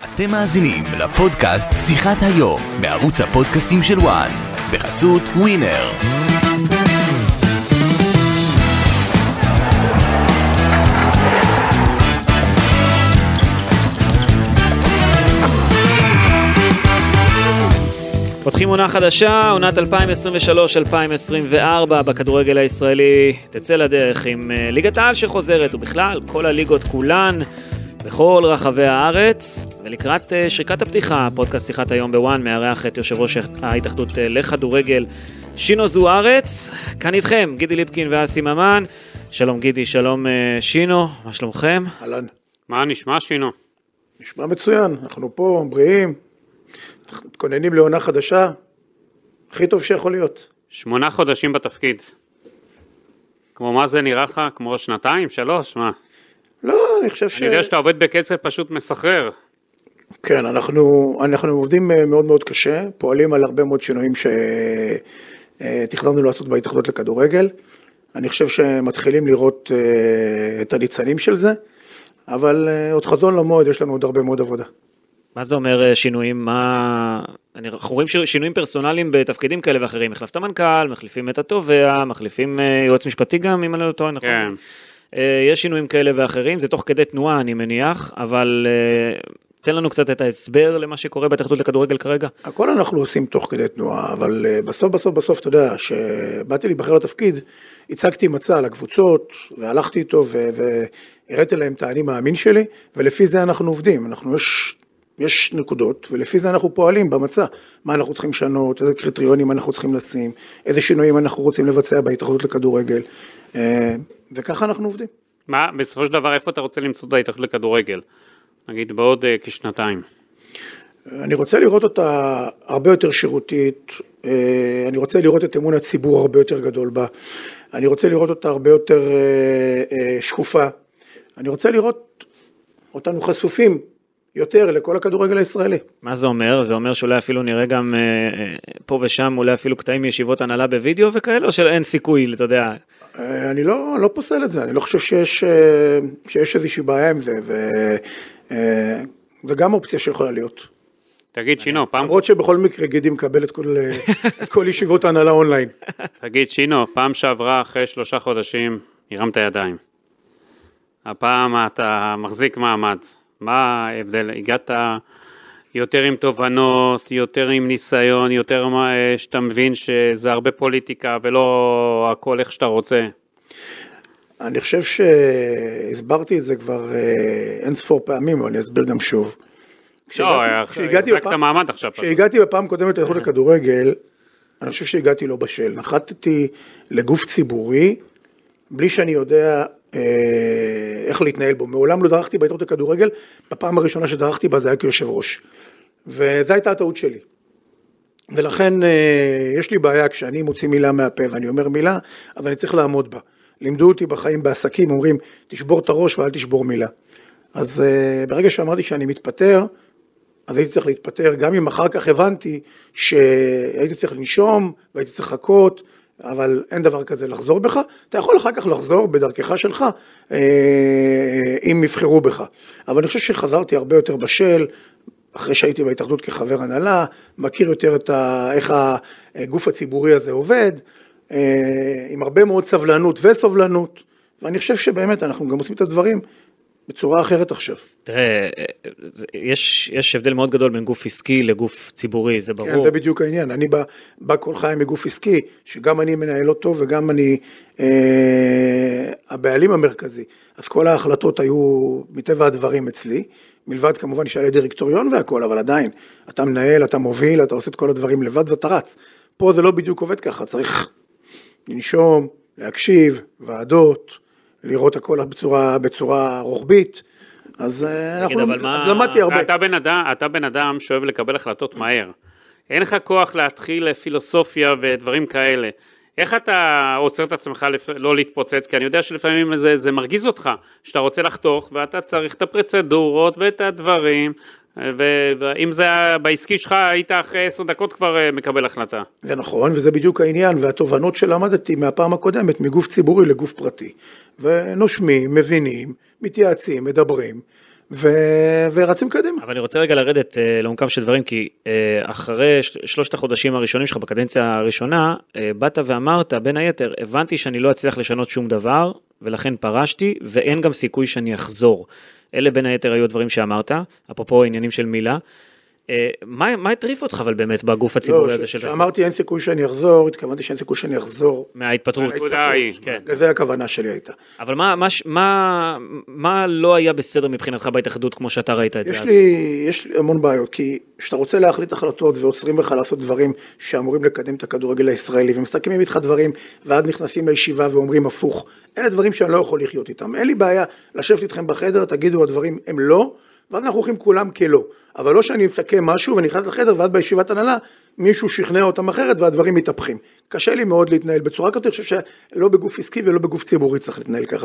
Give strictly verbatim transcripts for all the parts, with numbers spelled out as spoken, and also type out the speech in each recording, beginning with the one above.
אתם מאזינים לפודקאסט שיחת היום בערוץ הפודקאסטים של וואן בחסות ווינר. פותחים עונה חדשה, עונת אלפיים עשרים ושלוש אלפיים עשרים וארבע בכדורגל הישראלי תצא לדרך עם ליגת העל שחוזרת ובכלל כל הליגות כולן בכל רחבי הארץ, ולקראת שריקת הפתיחה, פודקאסט שיחת היום בוואן מארח את יושב ראש ההתאחדות לכדורגל שינו זוארץ. כאן איתכם גידי ליפקין ואסי ממן. שלום גידי, שלום שינו, מה שלומכם? אהלן. מה נשמע שינו? נשמע מצוין, אנחנו פה בריאים, מתכוננים לעונה חדשה, הכי טוב שיכול להיות. שמונה חודשים בתפקיד. כמו מה זה נראה לך? כמו שנתיים, שלוש, מה? לא, אני חושב ש... אני יודע שאתה עובד בקצב פשוט מסחרר. כן, אנחנו, אנחנו עובדים מאוד מאוד קשה, פועלים על הרבה מאוד שינויים שתכננו לעשות בהתאחדות לכדורגל. אני חושב שמתחילים לראות את הניצנים של זה, אבל עוד חזון למועד, יש לנו עוד הרבה מאוד עבודה. מה זה אומר שינויים? מה... אנחנו רואים שינויים פרסונליים בתפקידים כאלה ואחרים. מחלף את המנכ"ל, מחליפים את התובע, מחליפים יועץ משפטי גם, אם אני לא טועה, נכון? כן. יש שינויים כאלה ואחרים, זה תוך כדי תנועה, אני מניח, אבל תן לנו קצת את ההסבר למה שקורה בהתאחדות לכדורגל כרגע. הכל אנחנו עושים תוך כדי תנועה, אבל בסוף, בסוף, בסוף, אתה יודע, שבאתי להיבחר לתפקיד, הצגתי מצע על הקבוצות, והלכתי איתו, והראיתי להם את האני מאמין שלי, ולפי זה אנחנו עובדים. אנחנו יש... יש נקודות, ולפי זה אנחנו פועלים במצע, מה אנחנו צריכים לשנות, איזה קריטריונים אנחנו צריכים לשים, איזה שינויים אנחנו רוצים לבצע בהתאחדות לכדורגל, וככה אנחנו עובדים. מה, בסופו של דבר, איפה אתה רוצה למצוא את ההתאחדות לכדורגל? נגיד, בעוד uh, כשנתיים. אני רוצה לראות אותה הרבה יותר שירותית, אני רוצה לראות את אמון הציבור הרבה יותר גדול בה, אני רוצה לראות אותה הרבה יותר שקופה, אני רוצה לראות אותנו חשופים, יותר לכל הכדורגל הישראלי. מה זה אומר? זה אומר שאולי אפילו נראה גם אה, פה ושם, אולי אפילו קטעים מישיבות הנהלה בווידאו וכאלה, או שאין סיכוי, אתה יודע? אה, אני לא, לא פוסל את זה, אני לא חושב שיש, שיש איזושהי בעיה עם זה, ו, אה, זה גם אופציה שיכולה להיות. תגיד שינו, פעם... למרות שבכל מקרה גידי מקבל את כל, את כל ישיבות הנהלה אונליין. תגיד שינו, פעם שעברה אחרי שלושה חודשים, הרמת ידיים. הפעם אתה מחזיק מעמד. מה ההבדל? הגעת יותר עם תובנות, יותר עם ניסיון, יותר שאתה מבין שזה הרבה פוליטיקה ולא הכל איך שאתה רוצה? אני חושב שהסברתי את זה כבר אין ספור פעמים, אבל אני אסביר גם שוב. לא, החזקת מעמד עכשיו. כשהגעתי בפעם קודמת להתאחדות לכדורגל, אני חושב שהגעתי לא בשל. נחתתי לגוף ציבורי, בלי שאני יודע... איך להתנהל בו. מעולם לא דרכתי בהתאחדות לכדורגל, בפעם הראשונה שדרכתי בה זה היה כיושב ראש. וזו הייתה הטעות שלי. ולכן יש לי בעיה, כשאני מוציא מילה מהפה ואני אומר מילה, אז אני צריך לעמוד בה. לימדו אותי בחיים בעסקים, אומרים, תשבור את הראש ואל תשבור מילה. אז ברגע שאמרתי שאני מתפטר, אז הייתי צריך להתפטר, גם אם אחר כך הבנתי שהייתי צריך לנשום, והייתי צריך לחכות, אבל אין דבר כזה לחזור בך, אתה יכול אחר כך לחזור בדרכך שלך, אם יבחרו בך. אבל אני חושב שחזרתי הרבה יותר בשל, אחרי שהייתי בהתאחדות כחבר הנהלה, מכיר יותר את ה, איך הגוף הציבורי הזה עובד, עם הרבה מאוד סבלנות וסובלנות, ואני חושב שבאמת אנחנו גם עושים את הדברים בצורה אחרת עכשיו. תראה, יש, יש הבדל מאוד גדול בין גוף עסקי לגוף ציבורי, זה ברור. כן, זה בדיוק העניין. אני בא, בא כל חיים מגוף עסקי, שגם אני מנהל אותו, וגם אני אה, הבעלים המרכזי. אז כל ההחלטות היו מטבע הדברים אצלי, מלבד כמובן שעלי דירקטוריון והכל, אבל עדיין, אתה מנהל, אתה מוביל, אתה עושה את כל הדברים לבד ואתה רץ. פה זה לא בדיוק עובד ככה, צריך לנשום, להקשיב, ועדות, לראות הכל בצורה, בצורה רוחבית, אז אנחנו למדתי הרבה. אתה בן אדם, אתה בן אדם שאוהב לקבל החלטות מהר. אין לך כוח להתחיל פילוסופיה ודברים כאלה. איך אתה עוצר את עצמך לא להתפוצץ? כי אני יודע שלפעמים זה, זה מרגיז אותך, שאתה רוצה לחתוך, ואתה צריך את הפרצדורות ואת הדברים, ואם זה בעסקי שלך, היית אחרי עשר דקות כבר מקבל החלטה. זה נכון, וזה בדיוק העניין, והתובנות שלמדתי מהפעם הקודמת, מגוף ציבורי לגוף פרטי. ונושמים, מבינים, מתייעצים, מדברים, ו... ורצים קדימה. אבל אני רוצה רגע לרדת uh, לעומקם של דברים, כי uh, אחרי של... שלושת החודשים הראשונים שלך בקדנציה הראשונה, uh, באת ואמרת, בין היתר, הבנתי שאני לא אצליח לשנות שום דבר, ולכן פרשתי, ואין גם סיכוי שאני אחזור. אלה בין היתר היו הדברים שאמרת, אפרופו עניינים של מילה. מה, מה הטריף אותך אבל באמת בגוף הציבורי לא, הזה של... כשאמרתי אין סיכוי שאני אחזור, התכוונתי שאין סיכוי שאני אחזור. מההתפטרות. כן. זה הכוונה שלי הייתה. אבל מה, מה, מה, מה לא היה בסדר מבחינתך בהתאחדות כמו שאתה ראית את זה? יש לי, יש לי המון בעיות, כי כשאתה רוצה להחליט החלטות ועוצרים לך לעשות דברים שאמורים לקדם את הכדורגל הישראלי, ומסתכמים איתך דברים, ואז נכנסים לישיבה ואומרים הפוך, אלה דברים שאני לא יכול לחיות איתם. אין לי בעיה לשבת איתכם בחדר, תגידו הדברים הם לא, ואז אנחנו הולכים כולם כלא. אבל לא שאני מסכם משהו ונכנס לחדר, ואז בישיבת הנהלה מישהו שכנע אותם אחרת והדברים מתהפכים. קשה לי מאוד להתנהל בצורה כזאת, אני חושב שלא בגוף עסקי ולא בגוף ציבורי צריך להתנהל ככה.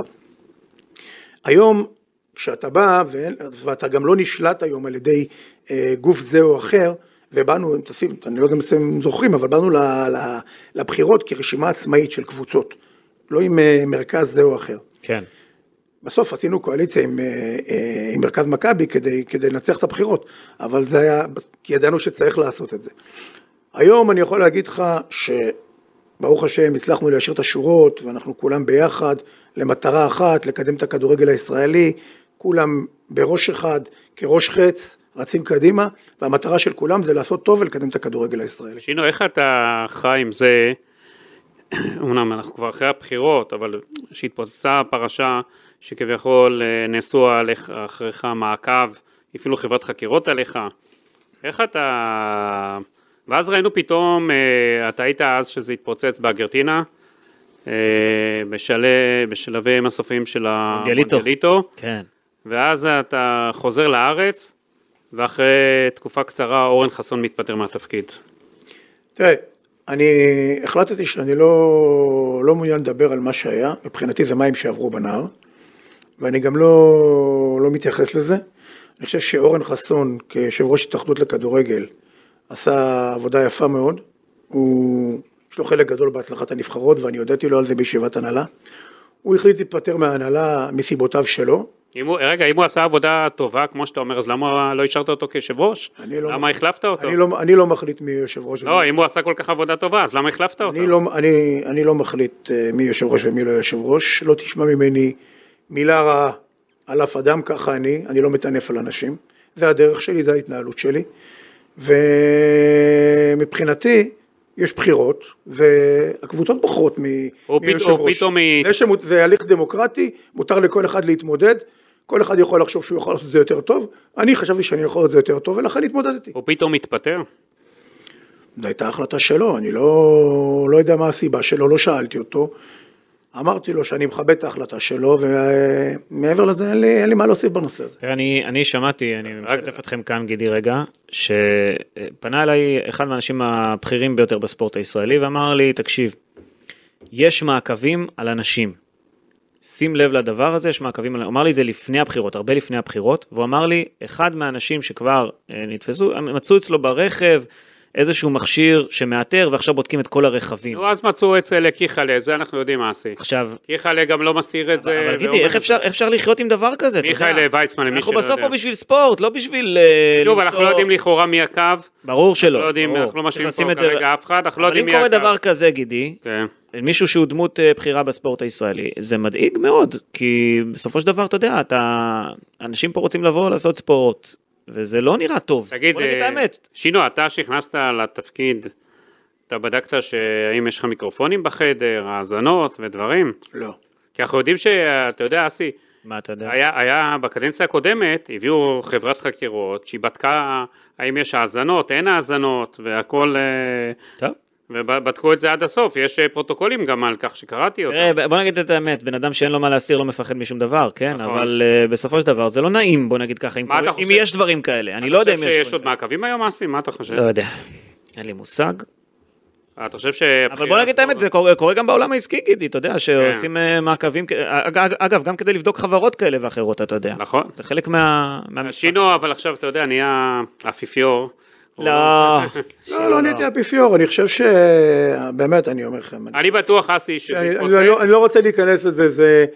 היום, כשאתה בא, ואתה גם לא נשלט היום על ידי אה, גוף זה או אחר, ובאנו, אני לא יודע אם אתם זוכרים, אבל באנו לבחירות כרשימה עצמאית של קבוצות, לא עם אה, מרכז זה או אחר. כן. בסוף עשינו קואליציה עם, עם מרכז מכבי כדי, כדי לנצח את הבחירות, אבל זה היה, כי ידענו שצריך לעשות את זה. היום אני יכול להגיד לך שברוך השם הצלחנו להשאיר את השורות, ואנחנו כולם ביחד למטרה אחת, לקדם את הכדורגל הישראלי, כולם בראש אחד, כראש חץ, רצים קדימה, והמטרה של כולם זה לעשות טוב ולקדם את הכדורגל הישראלי. שינו, איך אתה חי עם זה? אמנם אנחנו כבר אחרי הבחירות, אבל שהתפוצצה הפרשה שכביכול נעשו עליך, אחריך מעקב, אפילו חברת חקירות עליך. איך אתה... ואז ראינו פתאום, אתה היית אז שזה התפוצץ בארגנטינה, בשלב, בשלבי מסופים של המונדיאליטו. כן. ואז אתה חוזר לארץ, ואחרי תקופה קצרה אורן חסון מתפטר מהתפקיד. תראה, אני החלטתי שאני לא, לא מעוניין לדבר על מה שהיה, מבחינתי זה מים שעברו בנהר, ואני גם לא, לא מתייחס לזה. אני חושב שאורן חסון, כיושב ראש התאחדות לכדורגל, עשה עבודה יפה מאוד, הוא, יש לו חלק גדול בהצלחת הנבחרות, ואני הודעתי לו על זה בישיבת הנהלה. הוא החליט להתפטר מההנהלה מסיבותיו שלו. אם הוא, רגע, אם הוא עשה עבודה טובה, כמו שאתה אומר, אז למה לא השארת אותו כיושב ראש? לא למה החלפת אותו? אני לא, אני לא מחליט מי יושב ראש. לא, אם הוא עשה כל כך עבודה טובה, אז למה החלפת אותו? אני לא, אני, אני לא מחליט מי יושב ראש ומי לא יושב ראש, לא תשמע ממני מילה רעה על אף אדם, ככה אני, אני לא מטנף על אנשים, זה הדרך שלי, זה ההתנהלות שלי, ומבחינתי יש בחירות, והקבוצות בוחרות מי יושב ראש. זה הליך דמוקרטי, מותר לכל אחד להתמודד, כל אחד יכול לחשוב שהוא יכול לעשות את זה יותר טוב, אני חשבתי שאני יכול לעשות את זה יותר טוב, ולכן התמודדתי. הוא פתאום מתפטר? זו הייתה החלטה שלו, אני לא, לא יודע מה הסיבה שלו, לא שאלתי אותו, אמרתי לו שאני מכבד את ההחלטה שלו, ומעבר לזה אין לי, אין לי מה להוסיף בנושא הזה. אני, אני שמעתי, אני משתף אתכם כאן גידי רגע, שפנה אליי אחד מהאנשים הבכירים ביותר בספורט הישראלי, ואמר לי, תקשיב, יש מעקבים על אנשים, שים לב לדבר הזה, יש מעקבים על... הוא אמר לי זה לפני הבחירות, הרבה לפני הבחירות, והוא אמר לי, אחד מהאנשים שכבר נתפסו, מצאו אצלו ברכב, איזשהו מכשיר שמאתר, ועכשיו בודקים את כל הרכבים. נו, אז מצאו אצל קיחלה, זה אנחנו יודעים מה עשי. עכשיו... קיחלה גם לא מסתיר את זה. אבל גידי, איך אפשר, אפשר לחיות עם דבר כזה? מיכאל וייסמן, למי שלא יודע. אנחנו בסוף פה בשביל ספורט, לא בשביל... שוב, אנחנו לא יודעים לכאורה מי הקו. ברור שלא. אנחנו לא משאירים פה כרגע אף אחד, אנחנו לא יודעים מי הקו. אבל אם קורה דבר כזה, גידי, מישהו שהוא דמות בחירה בספורט הישראלי, זה מדאיג מאוד, כי בסופו של דבר, אתה יודע, אנשים פה רוצים לבוא לעשות ספורט, וזה לא נראה טוב. תגיד, בוא נגיד את האמת. שינו, אתה שהכנסת לתפקיד, אתה בדקת שהאם יש לך מיקרופונים בחדר, האזנות ודברים? לא. כי אנחנו יודעים שאתה יודע, אסי, מה אתה יודע? היה, היה בקדנציה הקודמת, הביאו חברת חקירות, שהיא בדקה האם יש האזנות, אין האזנות, והכל... טוב. ובדקו את זה עד הסוף, יש פרוטוקולים גם על כך שקראתי אותם. תראה, בוא נגיד את האמת, בן אדם שאין לו מה להסיר לא מפחד משום דבר, כן? נכון. אבל uh, בסופו של דבר זה לא נעים, בוא נגיד ככה, אם, קורא, אם יש דברים כאלה, אני לא יודע אם יש דברים כאלה. אתה חושב שיש עוד מעקבים היום, אסי? מה אתה חושב? לא יודע, אין לי מושג. אתה חושב ש... אבל בוא נגיד את האמת, זה קורה, קורה גם בעולם העסקי, גידי, אתה יודע, שעושים yeah. מעקבים, אגב, גם כדי לבדוק חברות כאלה ואחרות, אתה יודע. נכון. זה חלק מה... שינו, אבל עכשיו, אתה יודע, נהיה אפיפיור. לא, לא, לא נהייתי אפיפיור, אני חושב שבאמת, אני אומר לכם. אני בטוח, אסי, אני לא רוצה להיכנס לזה,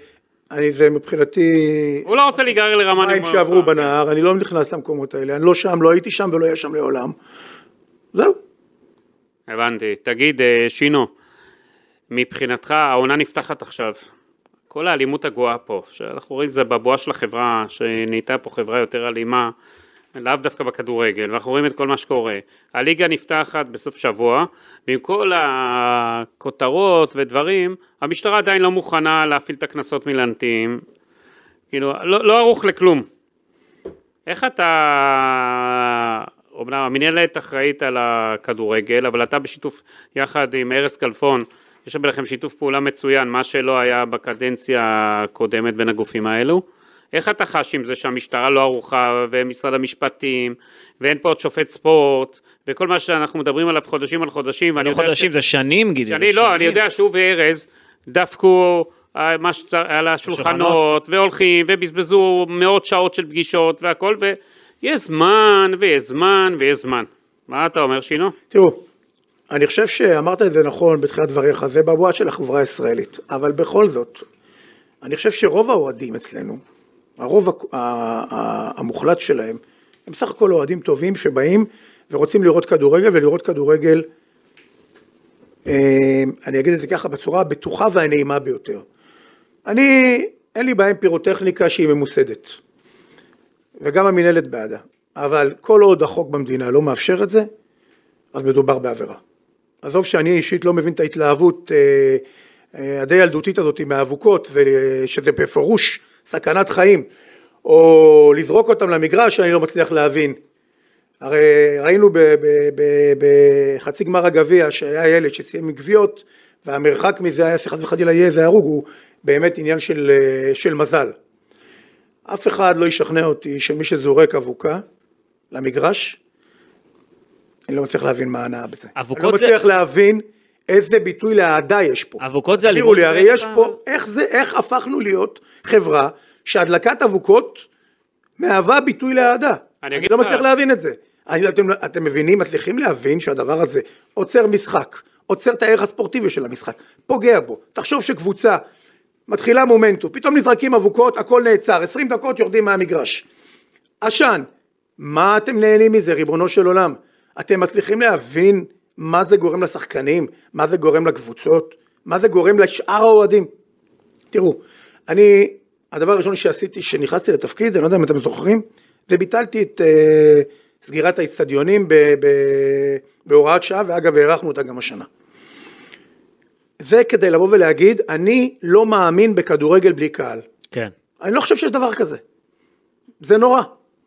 אני זה מבחינתי... הוא לא רוצה להיגרר לרמה מים שעברו בנהר, אני לא נכנס למקומות האלה, אני לא שם, לא הייתי שם ולא היה שם לעולם. זהו. הבנתי. תגיד, שינו, מבחינתך, העונה נפתחת עכשיו. כל האלימות הגואה פה, שאנחנו רואים זה בבואה של החברה, שנהייתה פה חברה יותר אלימה, לאו דווקא בכדורגל, ואנחנו רואים את כל מה שקורה. הליגה נפתחת בסוף שבוע, ועם כל הכותרות ודברים, המשטרה עדיין לא מוכנה להפעיל את הכנסות מילנטיים, כאילו, לא, לא ערוך לכלום. איך אתה, אומנם, המנהלת אחראית על הכדורגל, אבל אתה בשיתוף יחד עם ארז כלפון, יש לכם שיתוף פעולה מצוין, מה שלא היה בקדנציה הקודמת בין הגופים האלו. איך אתה חש עם זה שהמשטרה לא ערוכה, ומשרד המשפטים, ואין פה עוד שופט ספורט, וכל מה שאנחנו מדברים עליו חודשים על חודשים, לא חודשים, זה שנים, גידי. אני לא, אני יודע שהוא וארז דפקו מה שצר, על השולחנות, והולכים, ובזבזו מאות שעות של פגישות והכל, ויש זמן, ויש זמן, ויש זמן. מה אתה אומר, שינו? תראו, אני חושב שאמרת את זה נכון בתחילת דבריך, זה בבואה של החברה הישראלית, אבל בכל זאת, אני חושב שרוב האוהדים אצלנו, הרוב המוחלט שלהם, הם סך הכל אוהדים טובים שבאים ורוצים לראות כדורגל, ולראות כדורגל, אני אגיד את זה ככה, בצורה הבטוחה והנעימה ביותר. אני, אין לי בהם פירוטכניקה שהיא ממוסדת, וגם המנהלת בעדה, אבל כל עוד החוק במדינה לא מאפשר את זה, אז מדובר בעבירה. עזוב שאני אישית לא מבין את ההתלהבות הדי ילדותית הזאת מהאבוקות, ושזה בפירוש סכנת חיים, או לזרוק אותם למגרש, אני לא מצליח להבין. הרי ראינו בחצי גמר הגביע, שהיה ילד שסיים מגביות, והמרחק מזה היה שיחת וחדילה יהיה איזה הרוג, הוא באמת עניין של, של מזל. אף אחד לא ישכנע אותי שמי שזורק אבוקה למגרש, אני לא מצליח להבין מה הנאה בזה. אני לא מצליח זה... להבין איזה ביטוי להעדה יש פה. אבוקות זה אלימות. תראו לי, הרי יש פה, איך זה, איך הפכנו להיות חברה שהדלקת אבוקות מהווה ביטוי להעדה. אני, אני לא מצליח מה... להבין את זה. אני, אתם, אתם מבינים, מצליחים להבין שהדבר הזה עוצר משחק, עוצר את הערך הספורטיבי של המשחק, פוגע בו. תחשוב שקבוצה מתחילה מומנטום, פתאום נזרקים אבוקות, הכל נעצר, עשרים דקות יורדים מהמגרש. עשן, מה אתם נהנים מזה, ריבונו של עולם? אתם מצליחים להבין מה זה גורם לשחקנים, מה זה גורם לקבוצות, מה זה גורם לשאר האוהדים. תראו, אני, הדבר הראשון שעשיתי, שנכנסתי לתפקיד, אני לא יודע אם אתם זוכרים, זה ביטלתי את uh, סגירת האצטדיונים ב, ב, בהוראת שעה, ואגב, הערכנו אותה גם השנה. זה כדי לבוא ולהגיד, אני לא מאמין בכדורגל בלי קהל. כן. אני לא חושב שיש דבר כזה. זה נורא.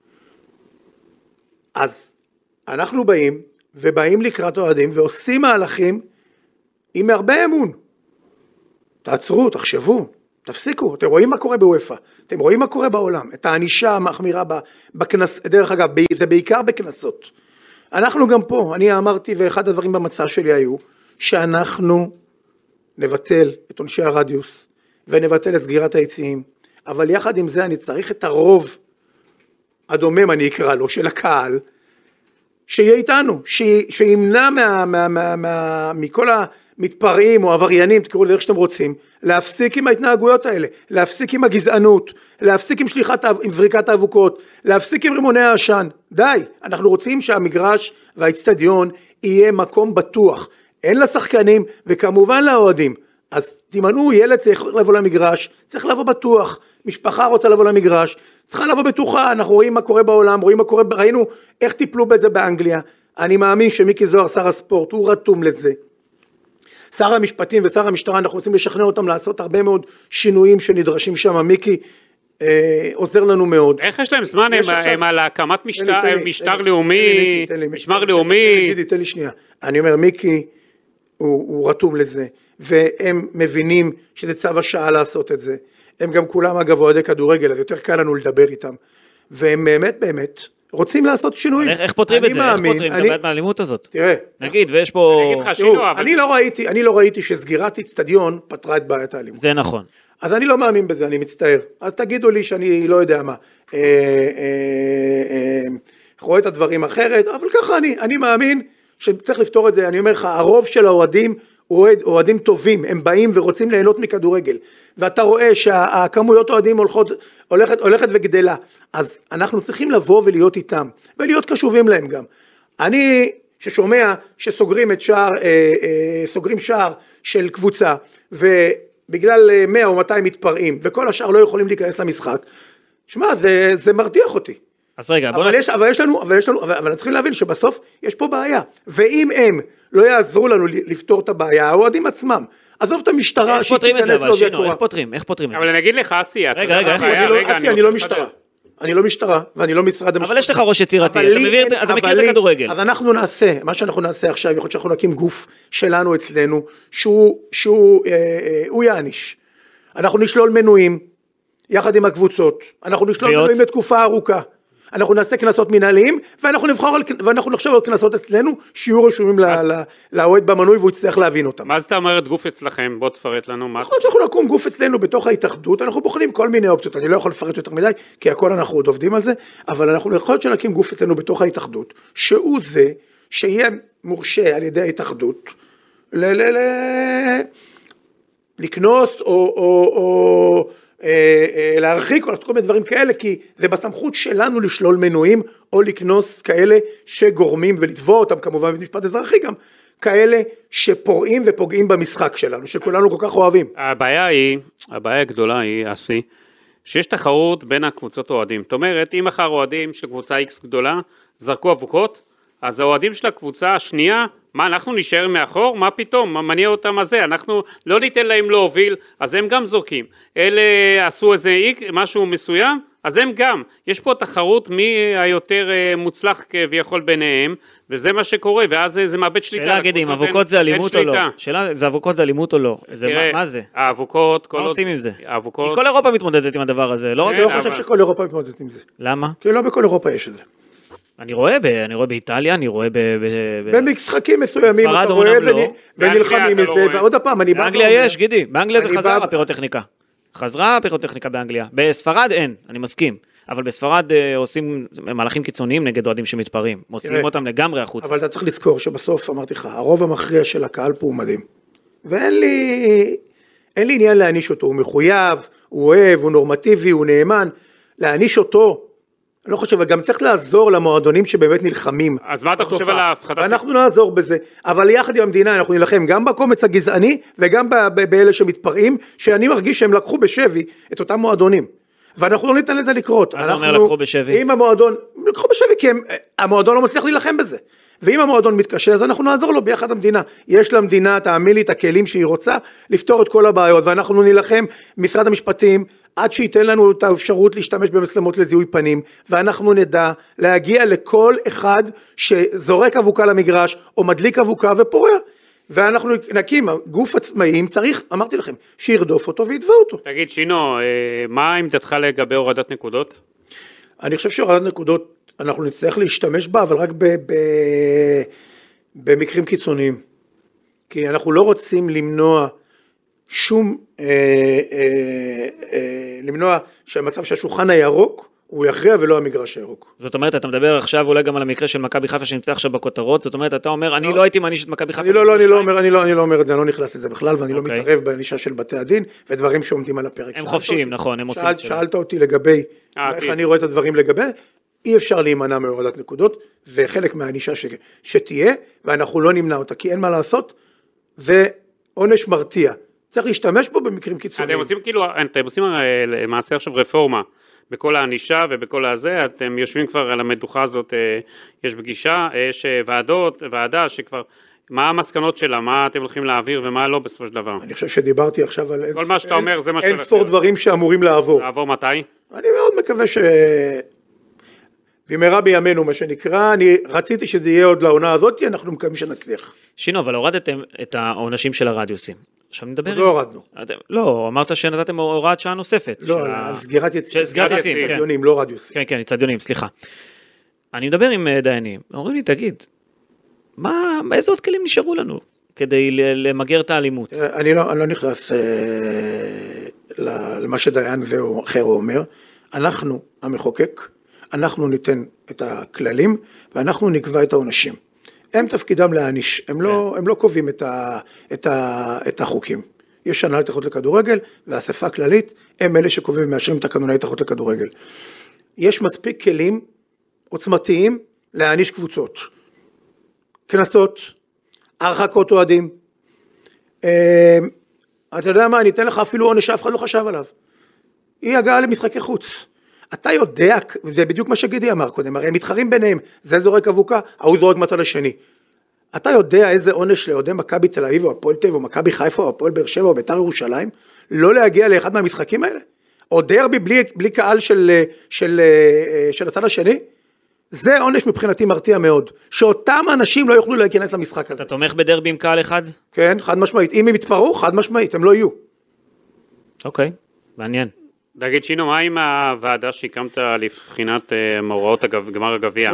אז אנחנו באים, ובאים לקראת אוהדים, ועושים מהלכים עם הרבה אמון. תעצרו, תחשבו, תפסיקו, אתם רואים מה קורה בוופא, אתם רואים מה קורה בעולם, את הענישה המחמירה בכנס, דרך אגב, זה בעיקר בכנסות. אנחנו גם פה, אני אמרתי, ואחד הדברים במצע שלי היו, שאנחנו נבטל את עונשי הרדיוס, ונבטל את סגירת היציאים, אבל יחד עם זה אני צריך את הרוב, הדומם אני אקרא לו, של הקהל, שיהיה איתנו, שימנע מה, מה, מה, מה, מכל המתפרעים או עבריינים, תקראו לזה איך שאתם רוצים, להפסיק עם ההתנהגויות האלה, להפסיק עם הגזענות, להפסיק עם שליחת, עם זריקת האבוקות, להפסיק עם רימוני העשן. די, אנחנו רוצים שהמגרש והאצטדיון יהיה מקום בטוח, אין לשחקנים וכמובן לאוהדים. אז תימנעו, ילד צריך לבוא למגרש, צריך לבוא בטוח, משפחה רוצה לבוא למגרש, צריכה לבוא בטוחה, אנחנו רואים מה קורה בעולם, רואים מה קורה, ראינו איך טיפלו בזה באנגליה, אני מאמין שמיקי זוהר, שר הספורט, הוא רתום לזה. שר המשפטים ושר המשטרה, אנחנו רוצים לשכנע אותם לעשות הרבה מאוד שינויים שנדרשים שם, מיקי אה, עוזר לנו מאוד. איך יש להם זמן, הם, עכשיו... הם על הקמת משטר, תן לי, תן לי, משטר תן לי, לאומי, תן לי, משמר תן לי, לאומי? תן לי, תן לי שנייה, אני אומר מיקי, הוא, הוא רתום לזה, והם מבינים שזה צו השעה לעשות את זה, הם גם כולם אגב אוהדי כדורגל, אז יותר קל לנו לדבר איתם, והם באמת באמת רוצים לעשות שינויים. איך, איך פותרים את זה? מאמין, איך פותרים את הבעיה מהאלימות הזאת? תראה. נגיד, ויש פה... אני אגיד לך שינו, אבל... אני לא ראיתי, אני לא ראיתי שסגירת אצטדיון פתרה את בעיית האלימות. זה נכון. אז אני לא מאמין בזה, אני מצטער. אז תגידו לי שאני לא יודע מה. אה, אה, אה, רואה את הדברים אחרת, אבל ככה אני, אני מאמין שצריך לפתור את זה. אני אומר לך, הרוב של האוהדים אוהדים טובים, הם באים ורוצים ליהנות מכדורגל, ואתה רואה שהכמויות אוהדים הולכות, הולכת, הולכת וגדלה, אז אנחנו צריכים לבוא ולהיות איתם, ולהיות קשובים להם גם. אני ששומע שסוגרים את שער, אה, אה, סוגרים שער של קבוצה, ובגלל מאה או מאתיים מתפרעים, וכל השאר לא יכולים להיכנס למשחק, שמע, זה, זה מרתיח אותי. אז רגע, בוא... אבל, יש, אבל יש לנו, אבל יש לנו, אבל, אבל צריכים להבין שבסוף יש פה בעיה, ואם הם לא יעזרו לנו לפתור את הבעיה, האוהדים עצמם, עזוב את המשטרה, איך פותרים את זה, אבל שינו, איך פותרים, איך פותרים את זה? אבל אני אגיד לך, אסי, רגע, רגע, אסי, אני לא משטרה, אני לא משטרה, ואני לא משרד המשטרה. אבל יש לך ראש יצירתי, אתה מכיר את הכדורגל. אז אנחנו נעשה, מה שאנחנו נעשה עכשיו, יכול להיות שאנחנו נקים גוף שלנו אצלנו, שהוא יעניש. אנחנו נשלול מנויים, יחד עם הקבוצות, אנחנו נשלול מנויים לתקופה ארוכה. אנחנו נעשה כנסות מנהליים, ואנחנו נבחר, ואנחנו נחשוב על כנסות אצלנו, שיהיו רשומים לאוהד במנוי, והוא יצטרך להבין אותם. מה זאת אומרת גוף אצלכם? בוא תפרט לנו. יכול להיות שאנחנו נקום גוף אצלנו בתוך ההתאחדות, אנחנו בוחנים כל מיני אופציות, אני לא יכול לפרט יותר מדי, כי הכל אנחנו עוד עובדים על זה, אבל אנחנו יכול להיות שנקים גוף אצלנו בתוך ההתאחדות, שהוא זה שיהיה מורשה על ידי ההתאחדות, לקנוס או להרחיק או לעשות כל מיני דברים כאלה, כי זה בסמכות שלנו לשלול מנויים, או לקנוס כאלה שגורמים, ולתבוע אותם כמובן במשפט אזרחי גם, כאלה שפורעים ופוגעים במשחק שלנו, שכולנו כל כך אוהבים. הבעיה היא, הבעיה הגדולה היא, אסי, שיש תחרות בין הקבוצות אוהדים. זאת אומרת, אם אחר אוהדים של קבוצה X גדולה, זרקו אבוקות, אז האוהדים של הקבוצה השנייה, מה, אנחנו נשאר מאחור? מה פתאום? מה מניע אותם הזה? אנחנו לא ניתן להם להוביל, אז הם גם זורקים. אלה עשו איזה משהו מסוים, אז הם גם. יש פה תחרות מי היותר מוצלח כביכול ביניהם, וזה מה שקורה, ואז זה מאבד שליטה. שאלה, גידים, אבוקות זה אלימות או לא? שאלה, זה אבוקות זה אלימות או לא? מה זה? האבוקות, מה עושים עם זה? האבוקות... כל אירופה מתמודדת עם הדבר הזה, לא? אני לא חושב שכל אירופה מתמודדת עם זה. למה? כי לא בכל אירופה יש את זה. אני רואה, אני רואה באיטליה, אני רואה ב... במשחקים מסוימים, אתה רואה ונלחמים מזה, ועוד הפעם, אני בא... באנגליה יש, גידי, באנגליה זה חזרה הפירוטכניקה. חזרה הפירוטכניקה באנגליה. בספרד אין, אני מסכים. אבל בספרד עושים מהלכים קיצוניים נגד אוהדים שמתפרעים. מוציאים אותם לגמרי החוצה. אבל אתה צריך לזכור שבסוף, אמרתי לך, הרוב המכריע של הקהל פה הוא מדהים. ואין לי... אין לי עניין להעניש אותו. הוא מחויב, הוא אוהב, הוא נורמטיבי, הוא נאמן. להעניש אותו... אני לא חושב, אבל גם צריך לעזור למועדונים שבאמת נלחמים. אז מה אתה חושב על ההפחתת? ואנחנו נעזור בזה, אבל יחד עם המדינה אנחנו נלחם גם בקומץ הגזעני, וגם באלה שמתפרעים, שאני מרגיש שהם לקחו בשבי את אותם מועדונים. ואנחנו לא ניתן לזה לקרות. אז אומר לקחו בשבי? אם המועדון, לקחו בשבי, כי המועדון לא מצליח להילחם בזה. ואם המועדון מתקשה, אז אנחנו נעזור לו ביחד המדינה. יש למדינה, תאמין לי, את הכלים שהיא רוצה, לפתור את כל הבעיות, ואנחנו נילחם, משרד המשפטים, עד שייתן לנו את האפשרות להשתמש במצלמות לזיהוי פנים, ואנחנו נדע להגיע לכל אחד שזורק אבוקה למגרש, או מדליק אבוקה ופורע. ואנחנו נקים, גוף עצמאים צריך, אמרתי לכם, שירדוף אותו וידווה אותו. תגיד, שינו, מה עמדתך לגבי הורדת נקודות? אני חושב שהורדת נקודות, אנחנו נצטרך להשתמש בה, אבל רק ב, ב, במקרים קיצוניים. כי אנחנו לא רוצים למנוע שום, אה, אה, אה, למנוע שהמצב שהשולחן הירוק, הוא יכריע ולא המגרש הירוק. זאת אומרת, אתה מדבר עכשיו אולי גם על המקרה של מכבי חיפה שנמצא עכשיו בכותרות, זאת אומרת, אתה אומר, אני לא הייתי מעניש את מכבי חיפה. אני לא, לא, אני לא אומר, אני לא, אני לא אומר את זה, אני לא נכנס לזה בכלל, ואני לא מתערב בענישה של בתי הדין, ודברים שעומדים על הפרק. הם חופשיים, נכון, הם עושים. שאלת אותי לגבי, איך אני רואה את הדברים לגבי, אי אפשר להימנע מהורדת נקודות, זה חלק מהענישה שתהיה, ואנחנו לא נמנע אותה, כי אין מה לעשות, זה עונש מרתיע. צריך להשתמש בו במקרים קיצוניים. אתם עושים כאילו, אתם עושים למעשה עכשיו רפורמה, בכל הענישה ובכל הזה, אתם יושבים כבר על המדוכה הזאת, יש פגישה, יש ועדות, ועדה שכבר, מה המסקנות שלה, מה אתם הולכים להעביר ומה לא בסופו של דבר? אני חושב שדיברתי עכשיו על כל מה שאתה אומר, זה מה אין ספור דברים שאמורים לעבור. לעבור מתי? אני מאוד מקווה ש... במהרה בימינו, מה שנקרא, אני רציתי שזה יהיה עוד לעונה הזאת, אנחנו מקווים שנצליח. שינו, אבל הורדתם את העונשים של הרדיוסים. עכשיו נדבר... לא הורדנו. לא, אמרת שנתתם הוראת שעה נוספת. לא, על סגירת יציאים. סגירת יציאים, כן. צדיונים, לא רדיוסים. כן, כן, צדיונים, סליחה. אני מדבר עם דיינים, אומרים לי, תגיד, מה, איזה עוד כלים נשארו לנו כדי למגר את האלימות? אני לא, אני לא נכנס למה שדיין זה או אחר הוא אומר. אנחנו, המחוקק, אנחנו ניתן את הכללים, ואנחנו נקבע את העונשים. הם תפקידם להעניש, הם לא, הם לא קובעים את, ה, את, ה, את החוקים. יש הנהלת ההתאחדות לכדורגל, והאספה הכללית, הם אלה שקובעים ומאשרים תקנוני ההתאחדות לכדורגל. יש מספיק כלים עוצמתיים להעניש קבוצות. כנסות, הרחקות אוהדים. אתה יודע מה, אני אתן לך אפילו עונש שאף אחד לא חשב עליו. היא הגעה למשחקי חוץ. אתה יודע, וזה בדיוק מה שגידי אמר קודם, הרי הם מתחרים ביניהם, זה זורק אבוקה, ההוא זורק מצד השני. אתה יודע איזה עונש לאוהדי מכבי תל אביב, או הפועל תל אביב, או מכבי חיפה, או הפועל באר שבע, או בית"ר ירושלים, לא להגיע לאחד מהמשחקים האלה? או דרבי בלי, בלי קהל של, של, של הצד השני? זה עונש מבחינתי מרתיע מאוד, שאותם אנשים לא יוכלו להיכנס למשחק הזה. אתה תומך בדרבי עם קהל אחד? כן, חד משמעית. אם הם יתפרעו, חד משמעית, הם לא יהיו. אוקיי, מעניין. תגיד שינו, מה עם הוועדה שהקמת לבחינת מאורעות גמר הגביע?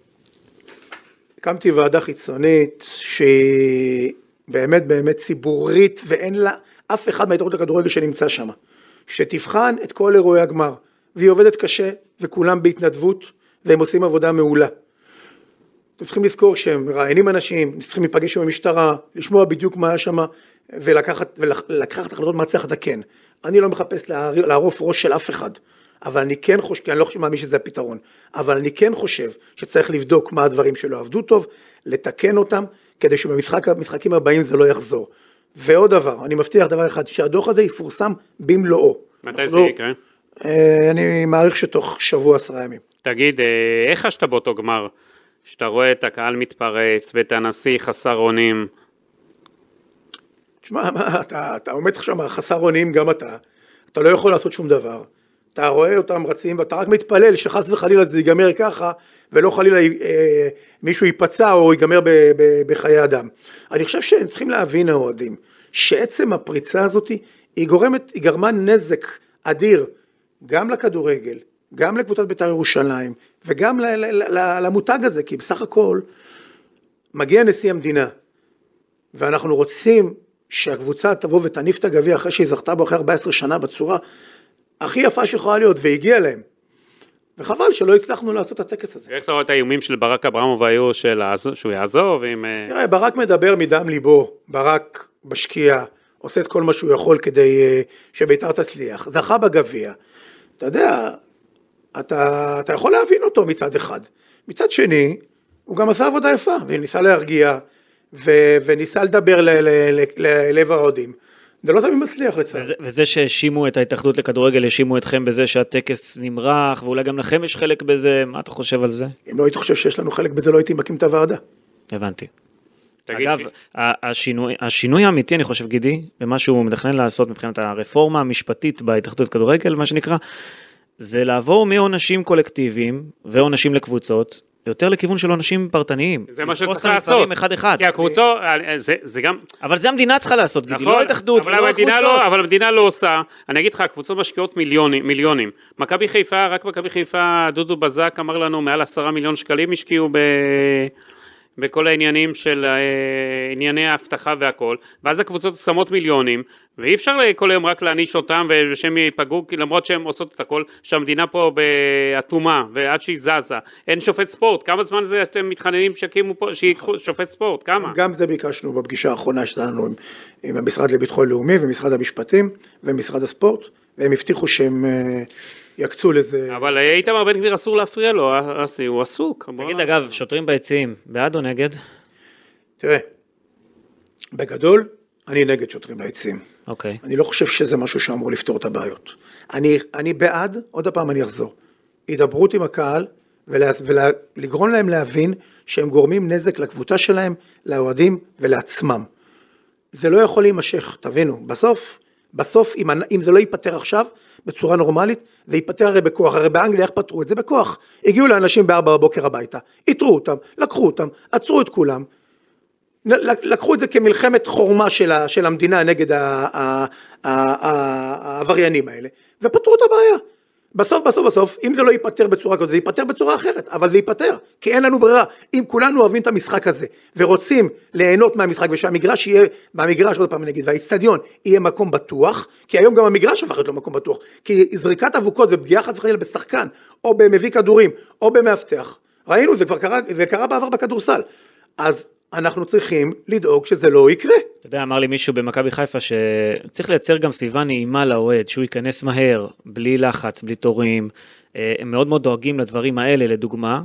הקמתי ועדה חיצונית שהיא באמת באמת ציבורית, ואין לה אף אחד מההתאחדות לכדורגל שנמצא שם, שתבחן את כל אירועי הגמר, והיא עובדת קשה, וכולם בהתנדבות, והם עושים עבודה מעולה. אתם צריכים לזכור שהם ראיינים אנשים, צריכים להיפגש עם המשטרה, לשמוע בדיוק מה היה שם, ולקחת, ולקחת החלטות מה צריך לתקן. אני לא מחפש לערוף ראש של אף אחד, אבל אני כן חושב, כי אני לא חושב מאמין שזה הפתרון, אבל אני כן חושב שצריך לבדוק מה הדברים שלא עבדו טוב, לתקן אותם, כדי שבמשחקים הבאים זה לא יחזור. ועוד דבר, אני מבטיח דבר אחד, שהדוח הזה יפורסם במלואו. מתי זה יקרה? אני מעריך שתוך שבוע עשרה ימים. תגיד, איך חשת באותו גמר, שאתה רואה את הקהל מתפרץ, ואת הנשיא חסר אונים? תשמע, מה, אתה, אתה עומד שם חסר אונים, גם אתה, אתה לא יכול לעשות שום דבר. אתה רואה אותם רצים, ואתה רק מתפלל שחס וחלילה זה ייגמר ככה, ולא חלילה אה, מישהו ייפצע או ייגמר ב, ב, בחיי אדם. אני חושב שהם צריכים להבין האוהדים, שעצם הפריצה הזאת, היא גורמת, היא גרמה נזק אדיר, גם לכדורגל, גם לקבוצת בית"ר ירושלים, וגם ל, ל, ל, ל, למותג הזה, כי בסך הכל, מגיע נשיא המדינה, ואנחנו רוצים שהקבוצה תבוא ותניף את הגביע, אחרי שהיא זכתה בו אחרי ארבע עשרה שנה, בצורה הכי יפה שיכולה להיות, והגיע להם. וחבל שלא הצלחנו לעשות את הטקס הזה. איך אתה רואה את האיומים של ברק אברמוב היו שהוא יעזוב? עם... תראה, ברק מדבר מדם ליבו, ברק משקיע, עושה את כל מה שהוא יכול כדי שבית"ר תצליח, זכה בגביע. אתה יודע, אתה, אתה יכול להבין אותו מצד אחד. מצד שני, הוא גם עשה עבודה יפה, וניסה להרגיע, ו, וניסה לדבר ללב האוהדים. זה לא תמיד מצליח לצער. וזה, וזה שהאשימו את ההתאחדות לכדורגל, האשימו אתכם בזה שהטקס נמרח, ואולי גם לכם יש חלק בזה, מה אתה חושב על זה? אם לא הייתי חושב שיש לנו חלק בזה, לא הייתי מקים את הוועדה. הבנתי. אגב, ש... השינוי, השינוי האמיתי, אני חושב, גידי, ומה שהוא מתכנן לעשות מבחינת הרפורמה המשפטית בהתאחדות לכדורגל, מה שנקרא, זה לעבור מעונשים קולקטיביים ועונשים לקבוצות, יותר לכיוון של עונשים פרטניים. זה מה שצריך לעשות. אחד אחד. כי הקבוצות, זה, זה גם... אבל זה המדינה צריכה לעשות, גידי, נכון, לא ההתאחדות, אבל המדינה לא, אבל המדינה לא עושה. אני אגיד לך, הקבוצות משקיעות מיליונים, מיליונים. מכבי חיפה, רק מכבי חיפה, דודו בזק אמר לנו, מעל עשרה מיליון שקלים השקיעו ב... בכל העניינים של ענייני ההבטחה והכל, ואז הקבוצות שמות מיליונים, ואי אפשר כל היום רק להניש אותם ושהם ייפגעו, למרות שהם עושות את הכל, שהמדינה פה באטומה, ועד שהיא זזה, אין שופט ספורט, כמה זמן זה אתם מתחננים שיקימו פה, שיקחו שופט ספורט, כמה? גם זה ביקשנו בפגישה האחרונה שלנו עם, עם המשרד לביטחון לאומי, ומשרד המשפטים, ומשרד הספורט, והם הבטיחו שהם... יקצו לזה. אבל איתמר בן גביר אסור להפריע לו, אסי, הוא עסוק. תגיד, אגב, שוטרים ביציעים, בעד או נגד? תראה, בגדול, אני נגד שוטרים ביציעים. אוקיי. אני לא חושב שזה משהו שאמור לפתור את הבעיות. אני, אני בעד, עוד הפעם אני אחזור, הידברות עם הקהל, ולגרום להם להבין שהם גורמים נזק לקבוצה שלהם, לאוהדים ולעצמם. זה לא יכול להימשך, תבינו, בסוף, בסוף, אם, אם זה לא ייפטר עכשיו, בצורה נורמלית, זה ייפטר הרי בכוח, הרי באנגליה איך פתרו את זה בכוח, הגיעו לאנשים בארבע בבוקר הביתה, איתרו אותם, לקחו אותם, עצרו את כולם, לקחו את זה כמלחמת חורמה של, ה, של המדינה נגד העבריינים האלה, ופתרו את הבעיה. בסוף, בסוף, בסוף, אם זה לא ייפטר בצורה כזאת, זה ייפטר בצורה אחרת, אבל זה ייפטר, כי אין לנו ברירה. אם כולנו אוהבים את המשחק הזה, ורוצים ליהנות מהמשחק, ושהמגרש יהיה, במגרש, עוד פעם נגיד, והאצטדיון יהיה מקום בטוח, כי היום גם המגרש הפך להיות לו מקום בטוח, כי זריקת אבוקות ופגיעה חס וחלילה בשחקן, או במביא כדורים, או במאבטח. ראינו, זה כבר קרה, זה קרה בעבר בכדורסל. אז אנחנו צריכים לדאוג שזה לא יקרה. אתה יודע, אמר לי מישהו במכבי חיפה שצריך לייצר גם סביבה נעימה לאוהד, שהוא ייכנס מהר, בלי לחץ, בלי תורים, הם מאוד מאוד דואגים לדברים האלה, לדוגמה,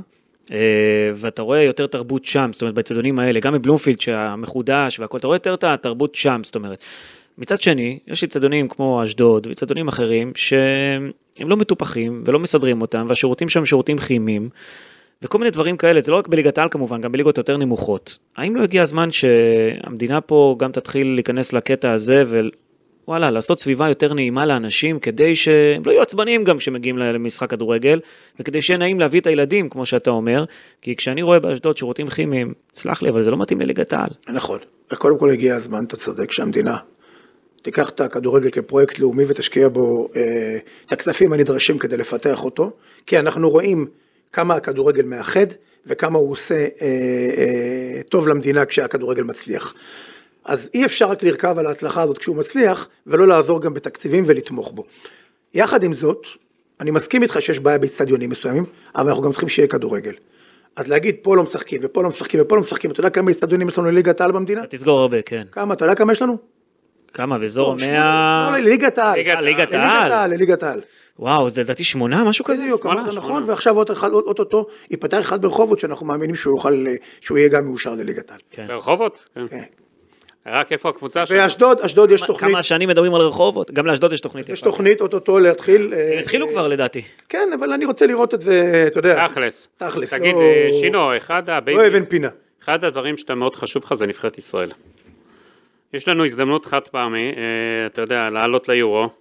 ואתה רואה יותר תרבות שם, זאת אומרת, באצטדיונים האלה, גם בבלומפילד שהמחודש והכל, אתה רואה יותר את התרבות שם, זאת אומרת. מצד שני, יש אצטדיונים כמו אשדוד, ואצטדיונים אחרים, שהם לא מטופחים ולא מסדרים אותם, והשירותים שם שירותים כימיים, וכל מיני דברים כאלה, זה לא רק בליגת העל כמובן, גם בליגות יותר נמוכות. האם לא הגיע הזמן שהמדינה פה גם תתחיל להיכנס לקטע הזה, ווואלה, לעשות סביבה יותר נעימה לאנשים, כדי שהם לא יהיו עצבניים גם כשמגיעים למשחק כדורגל, וכדי שיהיה נעים להביא את הילדים, כמו שאתה אומר, כי כשאני רואה באשדוד שירותים כימיים, סלח לי, אבל זה לא מתאים לליגת העל. נכון. קודם כל הגיע הזמן, אתה צודק, שהמדינה תיקח את הכדורגל כפרויקט לאומי ותשקיע בו אה, את הכספים הנדרשים כדי לפתח אותו, כי אנחנו רואים כמה הכדורגל מאחד, וכמה הוא עושה אה, אה, טוב למדינה כשהכדורגל מצליח. אז אי אפשר רק לרכב על ההצלחה הזאת כשהוא מצליח, ולא לעזור גם בתקציבים ולתמוך בו. יחד עם זאת, אני מסכים איתך שיש בעיה באצטדיונים מסוימים, אבל אנחנו גם צריכים שיהיה כדורגל. אז להגיד פה לא משחקים, ופה לא משחקים, ופה לא משחקים, אתה יודע כמה אצטדיונים יש לנו לליגת העל במדינה? תסגור הרבה, כן. כמה, אתה יודע כמה יש לנו? כמה, באזור מאה... לא, לליגת העל. ליגת העל. לליגת העל. וואו, זה לדעתי שמונה, משהו כזה? בדיוק, אמרת נכון, ועכשיו אוטוטו ייפתח אחד ברחובות, שאנחנו מאמינים שהוא יוכל, שהוא יהיה גם מאושר לליגת העל. ברחובות? כן. רק איפה הקבוצה שלנו? באשדוד, אשדוד יש תוכנית. כמה שנים מדברים על רחובות? גם לאשדוד יש תוכנית. יש תוכנית אוטוטו להתחיל. התחילו כבר לדעתי. כן, אבל אני רוצה לראות את זה, אתה יודע. תכלס. תכלס. תגיד, שינו, אחד לא אבן פינה. אחד הדברים שאתה מאוד חשוב לך זה נבחרת ישראל. יש לנו הזדמנות חד פעמי, אתה יודע, לעלות ליורו.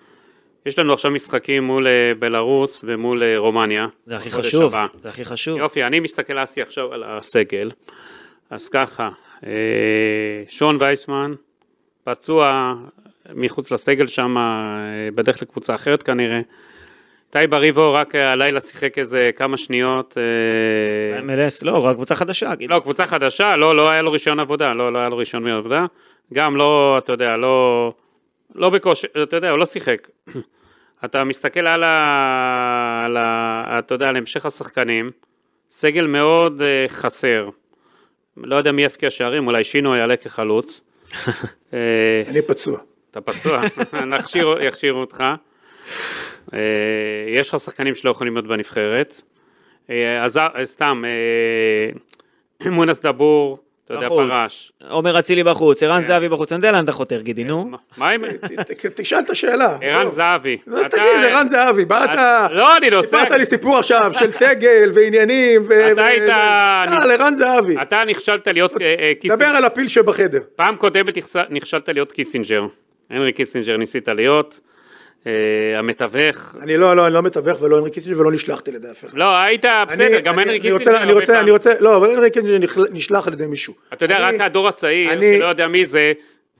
יש לנו עכשיו משחקים מול בלרוס ומול רומניה. זה הכי חשוב, זה הכי חשוב. יופי, אני מסתכל אסי עכשיו על הסגל. אז ככה, שון וייסמן, פצוע מחוץ לסגל שם, בדרך לקבוצה אחרת כנראה. טי בריבו רק הלילה שיחק איזה כמה שניות. אם אל אס, לא, רק קבוצה חדשה. לא, קבוצה חדשה, לא, לא היה לו רישיון עבודה, לא, לא היה לו רישיון עבודה. גם לא, אתה יודע, לא, לא בקושי, אתה יודע, הוא לא שיחק. אתה מסתכל על ה, על ה, אתה יודע, על המשך השחקנים, סגל מאוד uh, חסר. לא יודע מי יפקיע שערים, אולי שינו יעלה כחלוץ. אני פצוע. אתה פצוע, יכשירו אותך. יש לך שחקנים שלא יכולים להיות בנבחרת. אז סתם, מונס דבור, אתה יודע, פרש. עומר אצילי בחוץ, ערן זהבי בחוץ, אני יודע לאן אתה חותר, גידי, נו. מה אם... תשאל את השאלה. ערן זהבי. תגיד, ערן זהבי, באת... לא, אני נוסע... סיפרת לי סיפור עכשיו של סגל ועניינים, אתה היית... שאל, ערן זהבי. אתה נכשלת להיות קיסינג'ר. דבר על הפיל שבחדר. פעם קודמת נכשלת להיות קיסינג'ר. הנרי קיסינג'ר ניסית להיות. המתווך. אני לא, לא, אני לא מתווך ולא הנרי קיסינג'ר ולא נשלחתי לידי אף אחד. לא, היית בסדר, גם הנרי קיסינג'ר. אני רוצה, אני רוצה, לא, אבל הנרי קיסינג'ר נשלח על ידי מישהו. אתה יודע, רק הדור הצעיר, שלא יודע מי זה,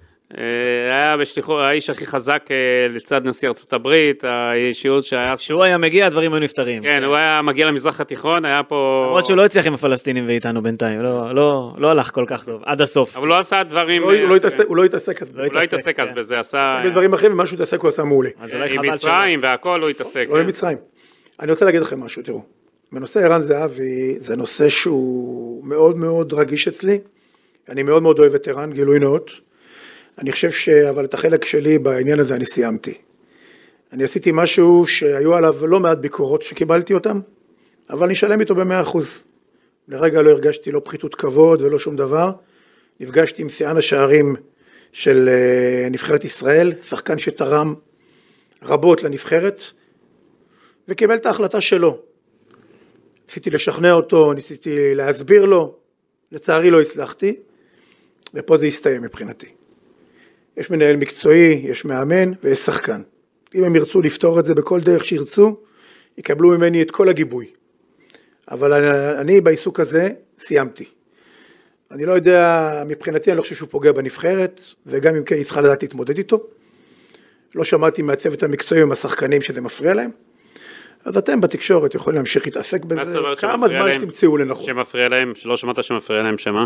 היה בשליחו, האיש הכי חזק לצד נשיא ארצות הברית, האישיות שהיה... שהוא היה מגיע, הדברים היו נפטרים. כן, הוא היה מגיע למזרח התיכון, היה פה... למרות שהוא לא הצליח עם הפלסטינים ואיתנו בינתיים, לא הלך כל כך טוב, עד הסוף. אבל הוא עשה דברים... הוא לא התעסק אז. הוא לא התעסק אז בזה, עשה... בדברים אחרים, ומה שהוא התעסק הוא עשה מעולה. עם מצרים והכל הוא התעסק. לא עם מצרים. אני רוצה להגיד לכם משהו, תראו. בנושא ערן זהבי, זה נושא שהוא מאוד מאוד רגיש אצלי. אני מאוד מאוד אוהב את ערן, גילוי נאות. אני חושב ש... אבל את החלק שלי בעניין הזה אני סיימתי. אני עשיתי משהו שהיו עליו לא מעט ביקורות שקיבלתי אותם, אבל אני שלם איתו במאה אחוז. לרגע לא הרגשתי לא פחיתות כבוד ולא שום דבר. נפגשתי עם שיאן השערים של נבחרת ישראל, שחקן שתרם רבות לנבחרת, וקיבל את ההחלטה שלו. ניסיתי לשכנע אותו, ניסיתי להסביר לו, לצערי לא הצלחתי, ופה זה הסתיים מבחינתי. יש מנהל מקצועי, יש מאמן ויש שחקן. אם הם ירצו לפתור את זה בכל דרך שירצו, יקבלו ממני את כל הגיבוי. אבל אני, אני בעיסוק הזה סיימתי. אני לא יודע, מבחינתי אני לא חושב שהוא פוגע בנבחרת, וגם אם כן היא צריכה לדעת להתמודד איתו. לא שמעתי מהצוות המקצועי עם השחקנים שזה מפריע להם. אז אתם בתקשורת יכולים להמשיך להתעסק בזה. כמה זמן שתמצאו לנכון. שמפריע להם, שלא שמעת שמפריע להם שמה?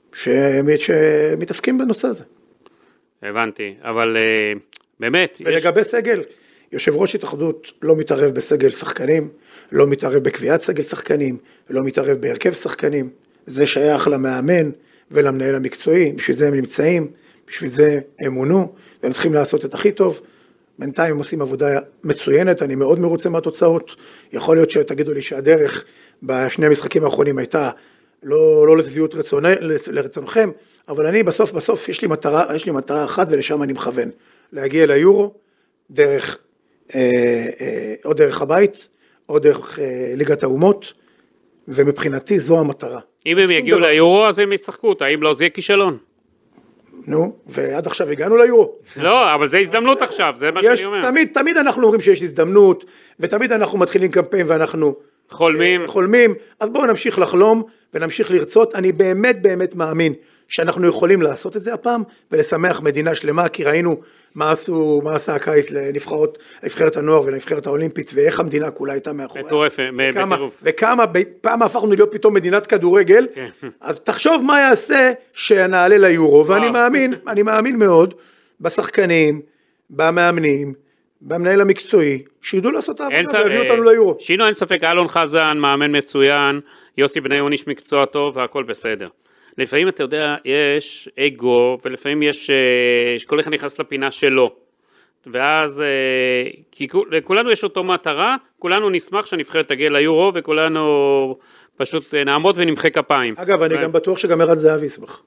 שמתעסקים בנושא הזה. הבנתי, אבל באמת... ולגבי סגל, יושב ראש התאחדות לא מתערב בסגל שחקנים, לא מתערב בקביעת סגל שחקנים, לא מתערב בהרכב שחקנים, זה שייך למאמן ולמנהל המקצועי, בשביל זה הם נמצאים, בשביל זה הם מונו, והם צריכים לעשות את הכי טוב. בינתיים הם עושים עבודה מצוינת, אני מאוד מרוצה מהתוצאות. יכול להיות שתגידו לי שהדרך בשני המשחקים האחרונים הייתה לא, לא לשביעות רצוני, לרצונכם, אבל אני בסוף, בסוף יש לי מטרה, יש לי מטרה אחת ולשם אני מכוון. להגיע ליורו, דרך, אה, אה, או דרך הבית, או דרך אה, ליגת האומות, ומבחינתי זו המטרה. אם הם יגיעו דבר... ליורו, אז הם ישחקו אותה, אם לא, זה יהיה כישלון. נו, ועד עכשיו הגענו ליורו. לא, אבל זה הזדמנות עכשיו, זה מה שאני אומר. תמיד, תמיד אנחנו אומרים שיש הזדמנות, ותמיד אנחנו מתחילים קמפיין ואנחנו חולמים. חולמים, אז בואו נמשיך לחלום ונמשיך לרצות. אני באמת באמת מאמין שאנחנו יכולים לעשות את זה הפעם, ולשמח מדינה שלמה, כי ראינו מה עשו, מה עשה הקיץ לנבחרות, לנבחרת הנוער ולנבחרת האולימפית, ואיך המדינה כולה הייתה מאחוריה. מטורף, בטירוף. וכמה, פעם הפכנו להיות פתאום מדינת כדורגל, אז תחשוב מה יעשה שנעלה ליורו, ואני מאמין, אני מאמין מאוד, בשחקנים, במאמנים, במנהל המקצועי, שידעו לעשות את העבודה והביאו אותנו ליורו. שינו, אין ספק, אלון חזן, מאמן מצוין, יוסי בניון איש מקצוע טוב, והכל בסדר. לפעמים אתה יודע, יש אגו, ולפעמים יש, כל אחד נכנס לפינה שלו, ואז, כי לכולנו יש אותו מטרה, כולנו נשמח שהנבחרת תגיע ליורו, וכולנו פשוט נעמוד ונמחא כפיים. אגב, אני גם בטוח שגם ערן זהבי ישמח.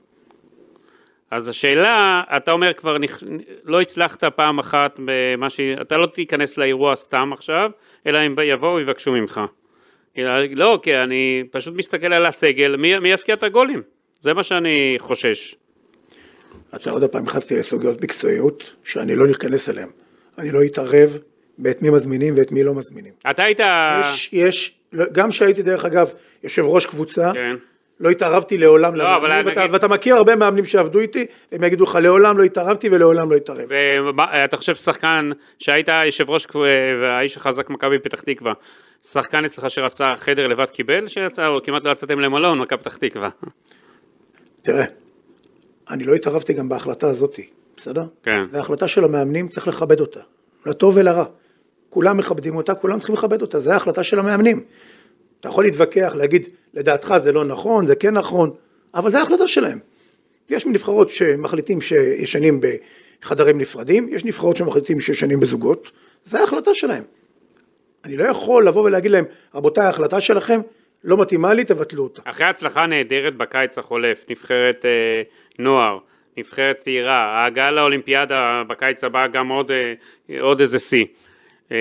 אז השאלה, אתה אומר כבר, לא הצלחת פעם אחת במה ש... אתה לא תיכנס לאירוע סתם עכשיו, אלא אם יבואו ויבקשו ממך. לא, כי אני פשוט מסתכל על הסגל, מי, מי יפקיע את הגולים? זה מה שאני חושש. אתה עוד הפעם נכנסתי לסוגיות מקצועיות, שאני לא נכנס אליהם. אני לא אתערב באת מי מזמינים ואת מי לא מזמינים. אתה היית... יש, יש, גם שהייתי דרך אגב, יושב ראש קבוצה, כן. לא התערבתי לעולם, לא, למאמנים, ואתה, נגיד... ואתה מכיר הרבה מאמנים שעבדו איתי, הם יגידו לך לעולם לא התערבתי ולעולם לא התערב. ואתה חושב שחקן שהיית יושב ראש והאיש החזק מכבי פתח תקווה, שחקן אצלך שרצה חדר לבד קיבל, שיצא, או כמעט לא יצאתם למלון, מכבי פתח תקווה. תראה, אני לא התערבתי גם בהחלטה הזאת, בסדר? כן. וההחלטה של המאמנים צריך לכבד אותה, לטוב ולרע. כולם מכבדים אותה, כולם צריכים לכבד אותה, זה ההחלטה של המאמנים. אתה יכול להתווכח, להגיד, לדעתך זה לא נכון, זה כן נכון, אבל זה ההחלטה שלהם. יש נבחרות שמחליטים שישנים בחדרים נפרדים, יש נבחרות שמחליטים שישנים בזוגות, זה ההחלטה שלהם. אני לא יכול לבוא ולהגיד להם, רבותיי, ההחלטה שלכם לא מתאימה לי, תבטלו אותה. אחרי הצלחה נהדרת בקיץ החולף, נבחרת אה, נוער, נבחרת צעירה, ההגעה לאולימפיאדה בקיץ הבא גם עוד, אה, עוד איזה סי. אה,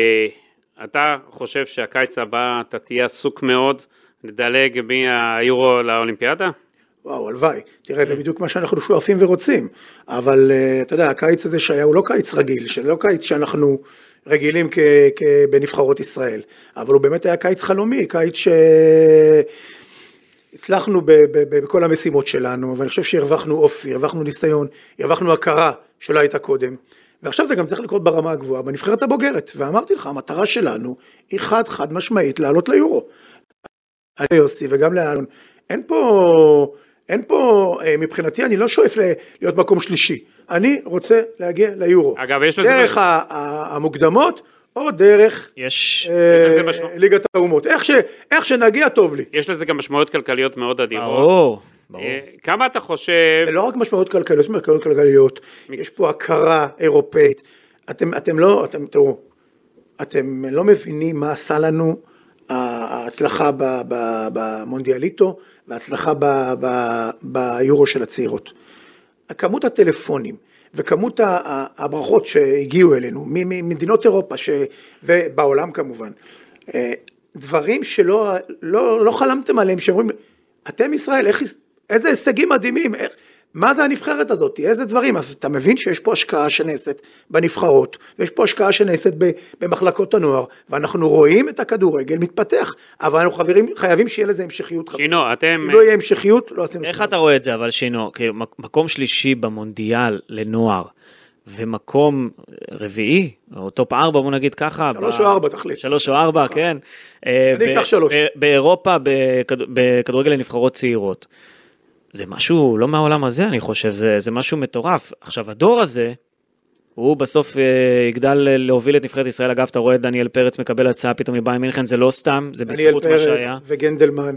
אתה חושב שהקיץ הבא אתה תהיה עסוק מאוד לדלג מהיורו לאולימפיאדה? וואו, הלוואי. תראה, זה בדיוק מה שאנחנו שואפים ורוצים. אבל אתה יודע, הקיץ הזה שהיה הוא לא קיץ רגיל, שזה לא קיץ שאנחנו רגילים בנבחרות ישראל. אבל הוא באמת היה קיץ חלומי, קיץ שהצלחנו בכל המשימות שלנו, ואני חושב שהרווחנו אופי, הרווחנו ניסיון, הרווחנו הכרה שלא הייתה קודם. ועכשיו זה גם צריך לקרות ברמה הגבוהה, בנבחרת הבוגרת, ואמרתי לך, המטרה שלנו היא חד חד משמעית לעלות ליורו. אני יוסי וגם לאלון, אין פה, אין פה, מבחינתי אני לא שואף להיות מקום שלישי, אני רוצה להגיע ליורו. אגב, יש לזה... דרך המוקדמות, או דרך יש... ליגת האומות. איך, ש, איך שנגיע טוב לי. יש לזה גם משמעויות כלכליות מאוד אדירות. ברור. ברור. כמה אתה חושב... זה לא רק משמעות כלכליות, יש משמעות כלכליות, יש פה הכרה אירופאית, אתם, אתם לא, אתם, תראו, אתם לא מבינים מה עשה לנו ההצלחה במונדיאליטו, וההצלחה ביורו של הצעירות. כמות הטלפונים, וכמות הברכות שהגיעו אלינו, ממדינות אירופה, ובעולם כמובן, דברים שלא לא, לא חלמתם עליהם, שאומרים, אתם ישראל, איך... איזה הישגים מדהימים, איך, מה זה הנבחרת הזאת, איזה דברים, אז אתה מבין שיש פה השקעה שנעשית בנבחרות, ויש פה השקעה שנעשית במחלקות הנוער, ואנחנו רואים את הכדורגל מתפתח, אבל אנחנו חברים, חייבים שיהיה לזה המשכיות. שינו, אתם... אם לא יהיה המשכיות, לא עשינו... איך אתה רואה את זה, אבל שינו, מקום שלישי במונדיאל לנוער, ומקום רביעי, או טופ ארבע, בוא נגיד ככה. שלוש או ארבע, תחליט. שלוש או ארבע, כן. אני אקח שלוש. באירופה, בכדורגל לנבחרות צעירות. זה משהו לא מהעולם הזה, אני חושב, זה, זה משהו מטורף. עכשיו, הדור הזה, הוא בסוף יגדל להוביל את נבחרת ישראל. אגב, אתה רואה את דניאל פרץ מקבל הצעה פתאום מביירן מינכן, זה לא סתם, זה בזכות מה שהיה. דניאל פרץ וגנדלמן,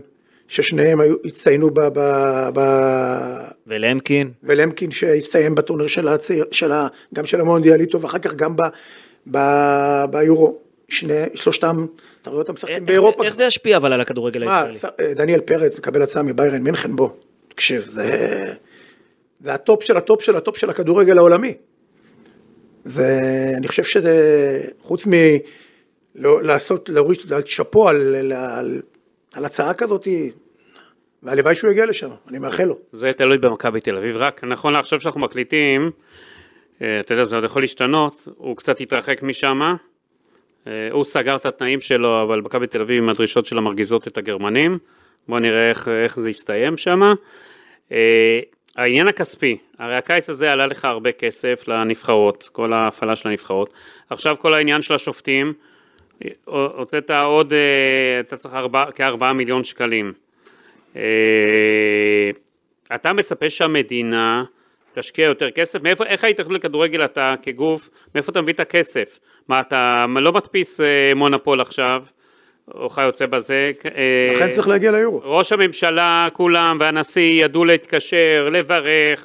ששניהם היו, הצטיינו ב... ב, ב ולמקין. ולמקין שהסתיים בטורניר של הצעיר, של ה, גם של המונדיאליטו, ואחר כך גם ב, ב, ביורו. שני, שלושתם, אתה רואה אותם משחקים באירופה. איך זה ישפיע אבל על הכדורגל הישראלי? דניאל פרץ מקבל הצעה מביירן מינכן, בוא, תקשיב, זה, זה הטופ של הטופ של הטופ של הכדורגל העולמי. זה, אני חושב שזה, חוץ מ... לא, לעשות, להוריש, לשפוע על, על, על, על הצעה כזאת, והלוואי שהוא יגיע לשם, אני מאחל לו. זה תלוי במכבי תל אביב, רק נכון לעכשיו שאנחנו מקליטים, אתה יודע, זה עוד יכול להשתנות, הוא קצת התרחק משם, הוא סגר את התנאים שלו, אבל מכבי תל אביב עם הדרישות שלה מרגיזות את הגרמנים, בואו נראה איך, איך זה יסתיים שם. העניין הכספי, הרי הקיץ הזה עלה לך הרבה כסף לנבחרות, כל ההפעלה של הנבחרות, עכשיו כל העניין של השופטים, הוצאת עוד, אתה צריך כארבעה מיליון שקלים. אתה מצפה שהמדינה תשקיע יותר כסף? מאיפה, איך ההתאחדות לכדורגל אתה כגוף, מאיפה אתה מביא את הכסף? מה, אתה לא מדפיס מונופול עכשיו, או חי יוצא בזה? לכן צריך להגיע ליורו. ראש הממשלה, כולם, והנשיא ידעו להתקשר, לברך,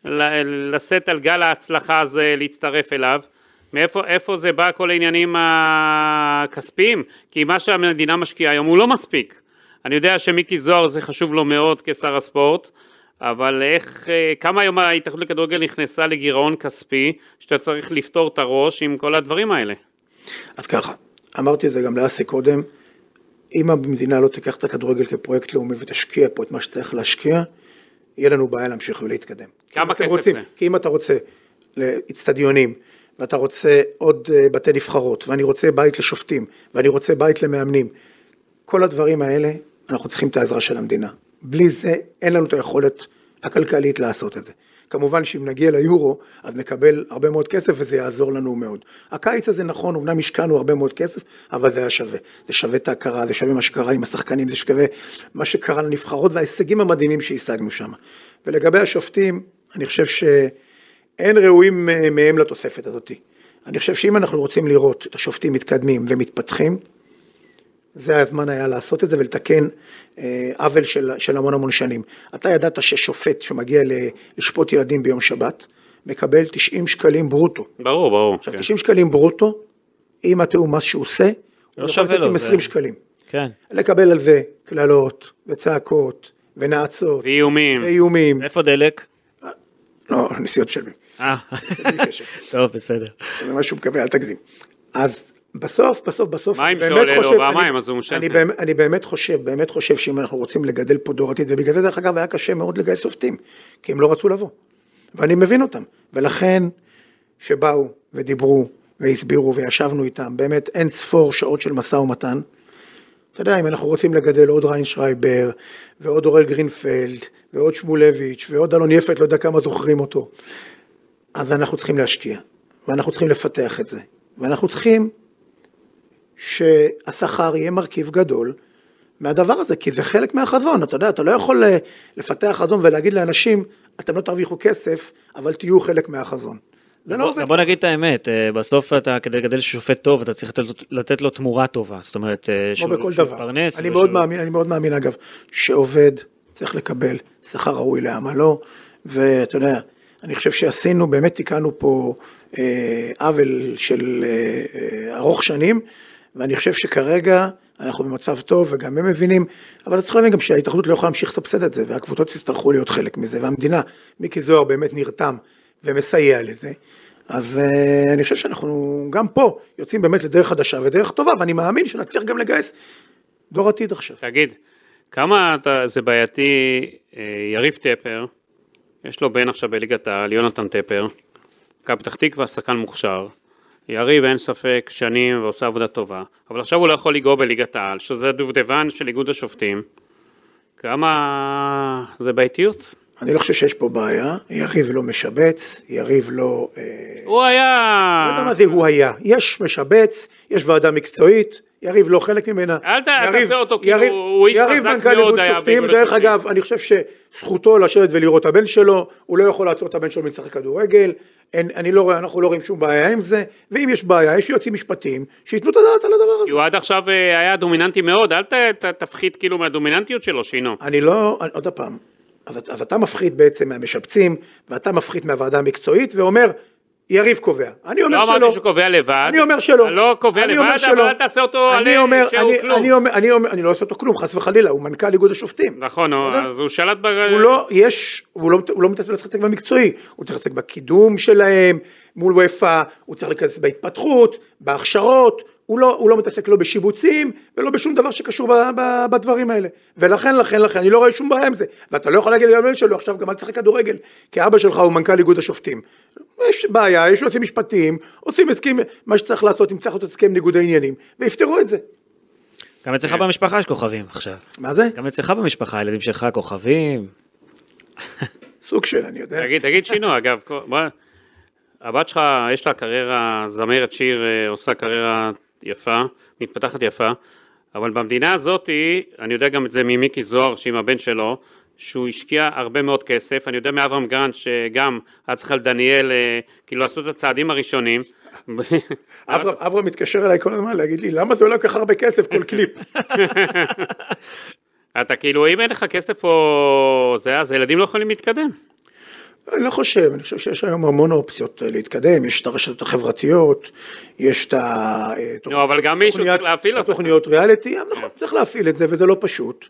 לשאת על גל ההצלחה הזה, להצטרף אליו. מאיפה, איפה זה בא כל העניינים הכספיים? כי מה שהמדינה משקיעה היום הוא לא מספיק. אני יודע שמיקי זוהר זה חשוב לו מאוד כשר הספורט, אבל איך, כמה היום ההתאחדות לכדורגל נכנסה לגירעון כספי, שאתה צריך לפתור את הראש עם כל הדברים האלה? אז ככה, אמרתי את זה גם לאסי קודם, אם המדינה לא תיקח את הכדורגל כפרויקט לאומי ותשקיע פה את מה שצריך להשקיע, יהיה לנו בעיה להמשיך ולהתקדם. כמה כסף רוצים, זה? כי אם אתה רוצה לאצטדיונים, ואתה רוצה עוד בתי נבחרות, ואני רוצה בית לשופטים, ואני רוצה בית למאמנים, כל הדברים האלה, אנחנו צריכים את העזרה של המדינה. בלי זה, אין לנו את היכולת הכלכלית לעשות את זה. כמובן שאם נגיע ליורו, אז נקבל הרבה מאוד כסף, וזה יעזור לנו מאוד. הקיץ הזה נכון, אמנם השקענו הרבה מאוד כסף, אבל זה היה שווה. זה שווה את ההכרה, זה שווה מה שקרה עם השחקנים, זה שווה מה שקרה לנבחרות, וההישגים המדהימים שהשגנו שם. ולגבי השופטים, אני חושב שאין ראויים מהם לתוספת הזאת. אני חושב שאם אנחנו רוצים לראות את השופטים מתקדמים ומתפתחים, זה הזמן היה לעשות את זה ולתקן עוול של, של המון המון שנים. אתה ידעת ששופט שמגיע לשפוט ילדים ביום שבת, מקבל תשעים שקלים ברוטו. ברור, ברור. עכשיו, כן. תשעים שקלים ברוטו, אם התיאום מס שהוא עושה, לא הוא יכול לצאת עם עשרים זה... שקלים. כן. לקבל על זה כללות וצעקות ונעצות. ואיומים. ואיומים. איפה דלק? לא, נסיעות משלמים. אה, טוב, בסדר. זה משהו מקווה, אל תגזים. אז בסוף, בסוף, בסוף, מים שעולה לו והמים, אז הוא משלם. אני, באמת, אני באמת חושב, באמת חושב שאם אנחנו רוצים לגדל פה דור עתיד, ובגלל זה דרך אגב היה קשה מאוד לגייס שופטים, כי הם לא רצו לבוא. ואני מבין אותם. ולכן, שבאו ודיברו והסבירו וישבנו איתם, באמת אין ספור שעות של מסע ומתן. אתה יודע, אם אנחנו רוצים לגדל עוד ריינשרייבר, ועוד אורל גרינפלד, ועוד שמולביץ', ועוד אלון יפת, לא יודע כמה זוכרים אותו, אז אנחנו צריכים להשקיע, ואנחנו צריכים לפתח את זה. ואנחנו צריכים שהשכר יהיה מרכיב גדול מהדבר הזה, כי זה חלק מהחזון, אתה יודע, אתה לא יכול לפתח חזון ולהגיד לאנשים, אתם לא תרוויחו כסף, אבל תהיו חלק מהחזון. זה לא עובד. בוא נגיד את האמת, בסוף אתה, כדי לגדל שופט טוב, אתה צריך לתת לו תמורה טובה, זאת אומרת, כמו בכל דבר. אני מאוד מאמין, אני מאוד מאמין, אגב, שעובד צריך לקבל שכר ראוי לעמלו, ואתה יודע, אני חושב שעשינו, באמת תיקנו פה עוול של ארוך שנים, ואני חושב שכרגע אנחנו במצב טוב, וגם הם מבינים, אבל צריך להבין גם שההתאחדות לא יכולה להמשיך לסבסד את זה, והקבוצות יצטרכו להיות חלק מזה, והמדינה, מיקי זוהר באמת נרתם ומסייע לזה, אז אני חושב שאנחנו גם פה יוצאים באמת לדרך חדשה ודרך טובה, ואני מאמין שנצליח גם לגייס דור עתיד עכשיו. תגיד, כמה אתה, זה בעייתי, יריב טפר, יש לו בן עכשיו בליגת העל, יונתן טפר, מכבי פתח תקווה, שחקן מוכשר, יריב אין ספק שנים ועושה עבודה טובה, אבל עכשיו הוא לא יכול לגוע בליגת העל, שזה דובדבן של איגוד השופטים. כמה זה בעייתיות? אני לא חושב שיש פה בעיה, יריב לא משבץ, יריב לא... הוא היה... לא יודע מה זה הוא היה, יש משבץ, יש ועדה מקצועית, יריב לא חלק ממנה. אל תעשה אותו, כאילו הוא איש חזק מאוד היה באיגוד השופטים. דרך אגב, אני חושב שזכותו לשבת ולראות את הבן שלו, הוא לא יכול לעצור את הבן שלו משחק כדורגל, אני לא רואה, אנחנו לא רואים שום בעיה עם זה, ואם יש בעיה, יש יועצים משפטיים, שיתנו את הדעת על הדבר הזה. הוא עד עכשיו היה דומיננטי מאוד, אל תפחית כאילו מהדומיננטיות שלו, שינו. אני לא, עוד הפעם, אז, אז אתה מפחית בעצם מהמשפצים, ואתה מפחית מהוועדה המקצועית, ואומר, יריב קובע. אני אומר לא שלא. לא אמרתי שקובע לבד. אני אומר שלא. לא קובע לבד, אבל אל תעשה אותו עלי שהוא כלום. אני אומר, אני אומר, אני לא עושה אותו כלום, חס וחלילה, הוא מנכ"ל איגוד השופטים. נכון, אז הוא שלט ב... הוא לא, יש, הוא לא, הוא לא מתעסק להתעסק במקצועי, הוא צריך להתעסק בקידום שלהם, מול וופא, הוא צריך להתעסק בהתפתחות, בהכשרות, הוא לא, הוא לא מתעסק לא בשיבוצים, ולא בשום דבר שקשור ב, ב, בדברים האלה. ולכן, לכן, לכן, אני לא רואה שום בעיה עם זה. ואתה לא יכול להגיד לבן שלו, עכשיו גם אל תשחק כדורגל, כי אבא שלך הוא מנכ"ל איגוד השופטים. יש בעיה, יש יועצים משפטיים, עושים הסכים, מה שצריך לעשות, אם צריך להיות הסכם ניגוד העניינים, ויפתרו את זה. גם אצלך במשפחה יש כוכבים עכשיו. מה זה? גם אצלך במשפחה, הילדים שלך כוכבים. סוג של, אני יודע. תגיד, תגיד שינו, אגב, הבת שלך, יש לה קריירה, זמרת שיר, עושה קריירה יפה, מתפתחת יפה, אבל במדינה הזאת, אני יודע גם את זה ממיקי זוהר, שעם הבן שלו, שהוא השקיע הרבה מאוד כסף, אני יודע מאברהם גרנט, שגם היה צריך על דניאל, כאילו לעשות את הצעדים הראשונים. אברהם מתקשר אליי כל הזמן, להגיד לי, למה זה עולה כל כך הרבה כסף, כל קליפ? אתה כאילו, אם אין לך כסף או זה, אז הילדים לא יכולים להתקדם. אני לא חושב, אני חושב שיש היום המון אופציות להתקדם, יש את הרשתות החברתיות, יש את ה... לא, אבל גם מישהו צריך להפעיל אותך. תוכניות ריאליטי, נכון, צריך להפעיל את זה, וזה לא פשוט.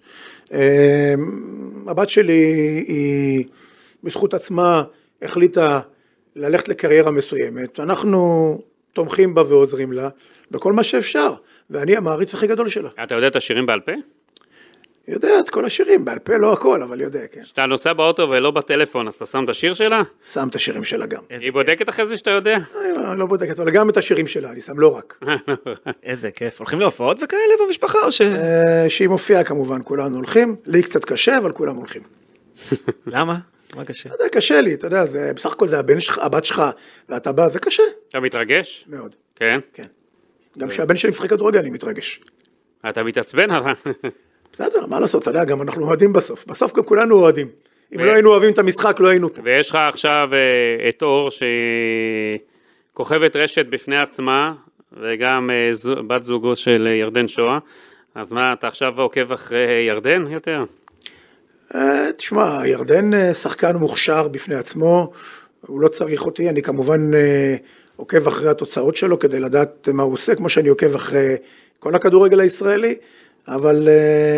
הבת שלי היא, בזכות עצמה, החליטה ללכת לקריירה מסוימת, אנחנו תומכים בה ועוזרים לה, בכל מה שאפשר, ואני המעריץ הכי גדול שלה. אתה יודע את השירים בעל פה? יודע את כל השירים, בעל פה לא הכל, אבל יודע, כן. כשאתה נוסע באוטו ולא בטלפון, אז אתה שם את השיר שלה? שם את השירים שלה גם. היא בודקת אחרי זה שאתה יודע? לא, לא בודקת, אבל גם את השירים שלה, אני שם לא רק. איזה כיף. הולכים להופעות וכאלה במשפחה או ש... שהיא מופיעה כמובן, כולנו הולכים. לי קצת קשה, אבל כולם הולכים. למה? מה קשה? זה קשה לי, אתה יודע, זה בסך הכל זה הבן שלך, הבת שלך, ואתה בא, זה קשה. אתה מתרגש? מאוד. כן? כן. גם שהבן שלי משחק כדורגל, אני מתרגש. אתה מתעצבן עליו? בסדר, מה לעשות, אתה יודע, גם אנחנו אוהדים בסוף. בסוף גם כולנו אוהדים. אם לא היינו אוהבים את המשחק, לא היינו פה. ויש לך עכשיו את אור, שהיא כוכבת רשת בפני עצמה, וגם בת זוגו של ירדן שואה. אז מה, אתה עכשיו עוקב אחרי ירדן יותר? תשמע, ירדן שחקן מוכשר בפני עצמו, הוא לא צריך אותי, אני כמובן עוקב אחרי התוצאות שלו, כדי לדעת מה הוא עושה, כמו שאני עוקב אחרי כל הכדורגל הישראלי, אבל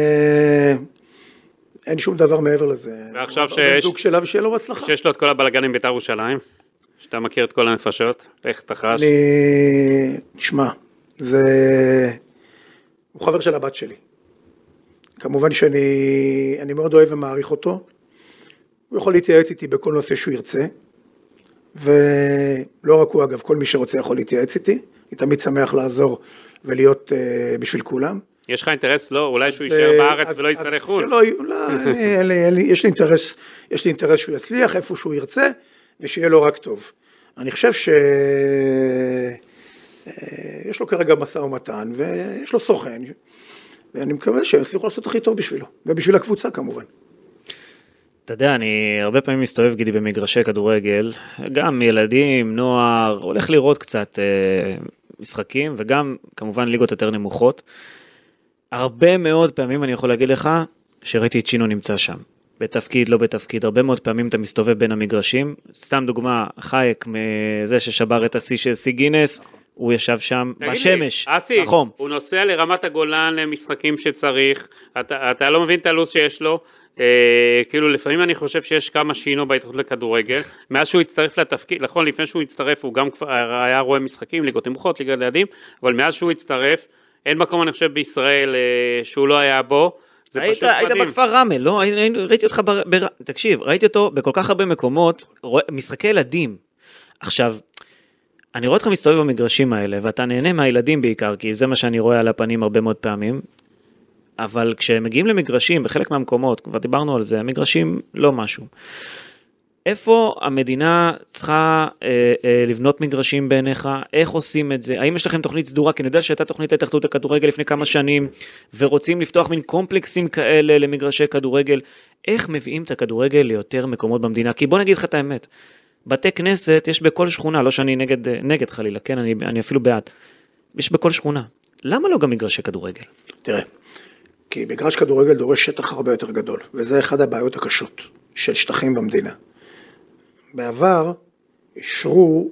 אין שום דבר מעבר לזה. ועכשיו שיש... זוג שלה ושיהיה לו בהצלחה. שיש לו את כל הבלגנים בית"ר ירושלים, שאתה מכיר את כל הנפשות, איך אתה חש? אני... תשמע, זה... הוא חבר של הבת שלי. כמובן שאני אני מאוד אוהב ומעריך אותו. הוא יכול להתייעץ איתי בכל נושא שהוא ירצה. ולא רק הוא, אגב, כל מי שרוצה יכול להתייעץ איתי. אני תמיד שמח לעזור ולהיות uh, בשביל כולם. יש לך אינטרס, לא? אולי שהוא יישאר בארץ ולא יצטרך חו"ל. לא, לא, יש לי אינטרס, יש לי אינטרס שהוא יצליח איפה שהוא ירצה, ושיהיה לו רק טוב. אני חושב ש... יש לו כרגע משא ומתן, ויש לו סוכן, ואני מקווה שיצליחו לעשות הכי טוב בשבילו, ובשביל הקבוצה כמובן. אתה יודע, אני הרבה פעמים מסתובב גידי במגרשי כדורגל, גם ילדים, נוער, הולך לראות קצת אה, משחקים, וגם כמובן ליגות יותר נמוכות. הרבה מאוד פעמים אני יכול להגיד לך, שראיתי את שינו נמצא שם. בתפקיד, לא בתפקיד, הרבה מאוד פעמים אתה מסתובב בין המגרשים. סתם דוגמה, חייק מזה ששבר את השיא של סי גינס, הוא ישב שם בשמש, אסי, בחום. הוא נוסע לרמת הגולן למשחקים שצריך, אתה, אתה לא מבין את הלו"ז שיש לו, אה, כאילו לפעמים אני חושב שיש כמה שינו בהתאחדות לכדורגל, מאז שהוא הצטרף לתפקיד, נכון, לפני שהוא הצטרף הוא גם היה רואה משחקים, ליגות נמוכות, ליגת ילדים, אבל מאז שהוא הצטרף, אין מקום אני חושב בישראל אה, שהוא לא היה בו, זה היית, פשוט היית מדהים. בכפר רמל, לא? ראיתי אותך, בר, בר, תקשיב, ראיתי אותו בכל כך הרבה מקומות, רוא, משחקי ילדים. עכשיו, אני רואה אותך מסתובב במגרשים האלה, ואתה נהנה מהילדים בעיקר, כי זה מה שאני רואה על הפנים הרבה מאוד פעמים, אבל כשמגיעים למגרשים, בחלק מהמקומות, כבר דיברנו על זה, המגרשים לא משהו. איפה המדינה צריכה אה, אה, לבנות מגרשים בעיניך? איך עושים את זה? האם יש לכם תוכנית סדורה? כי אני יודע שהייתה תוכנית ההתאחדות הכדורגל לפני כמה שנים, ורוצים לפתוח מין קומפלקסים כאלה למגרשי כדורגל. איך מביאים את הכדורגל ליותר מקומות במדינה? כי בוא נגיד לך את האמת, בתי כנסת יש בכל שכונה, לא שאני נגד, נגד חלילה, כן? אני, אני אפילו בעד. יש בכל שכונה. למה לא גם מגרשי כדורגל? תראה, כי מגרש כדורגל דורש שטח הרבה יותר גדול, וזה אחד הבעיות הקשות של שטחים במדינה. בעבר אישרו,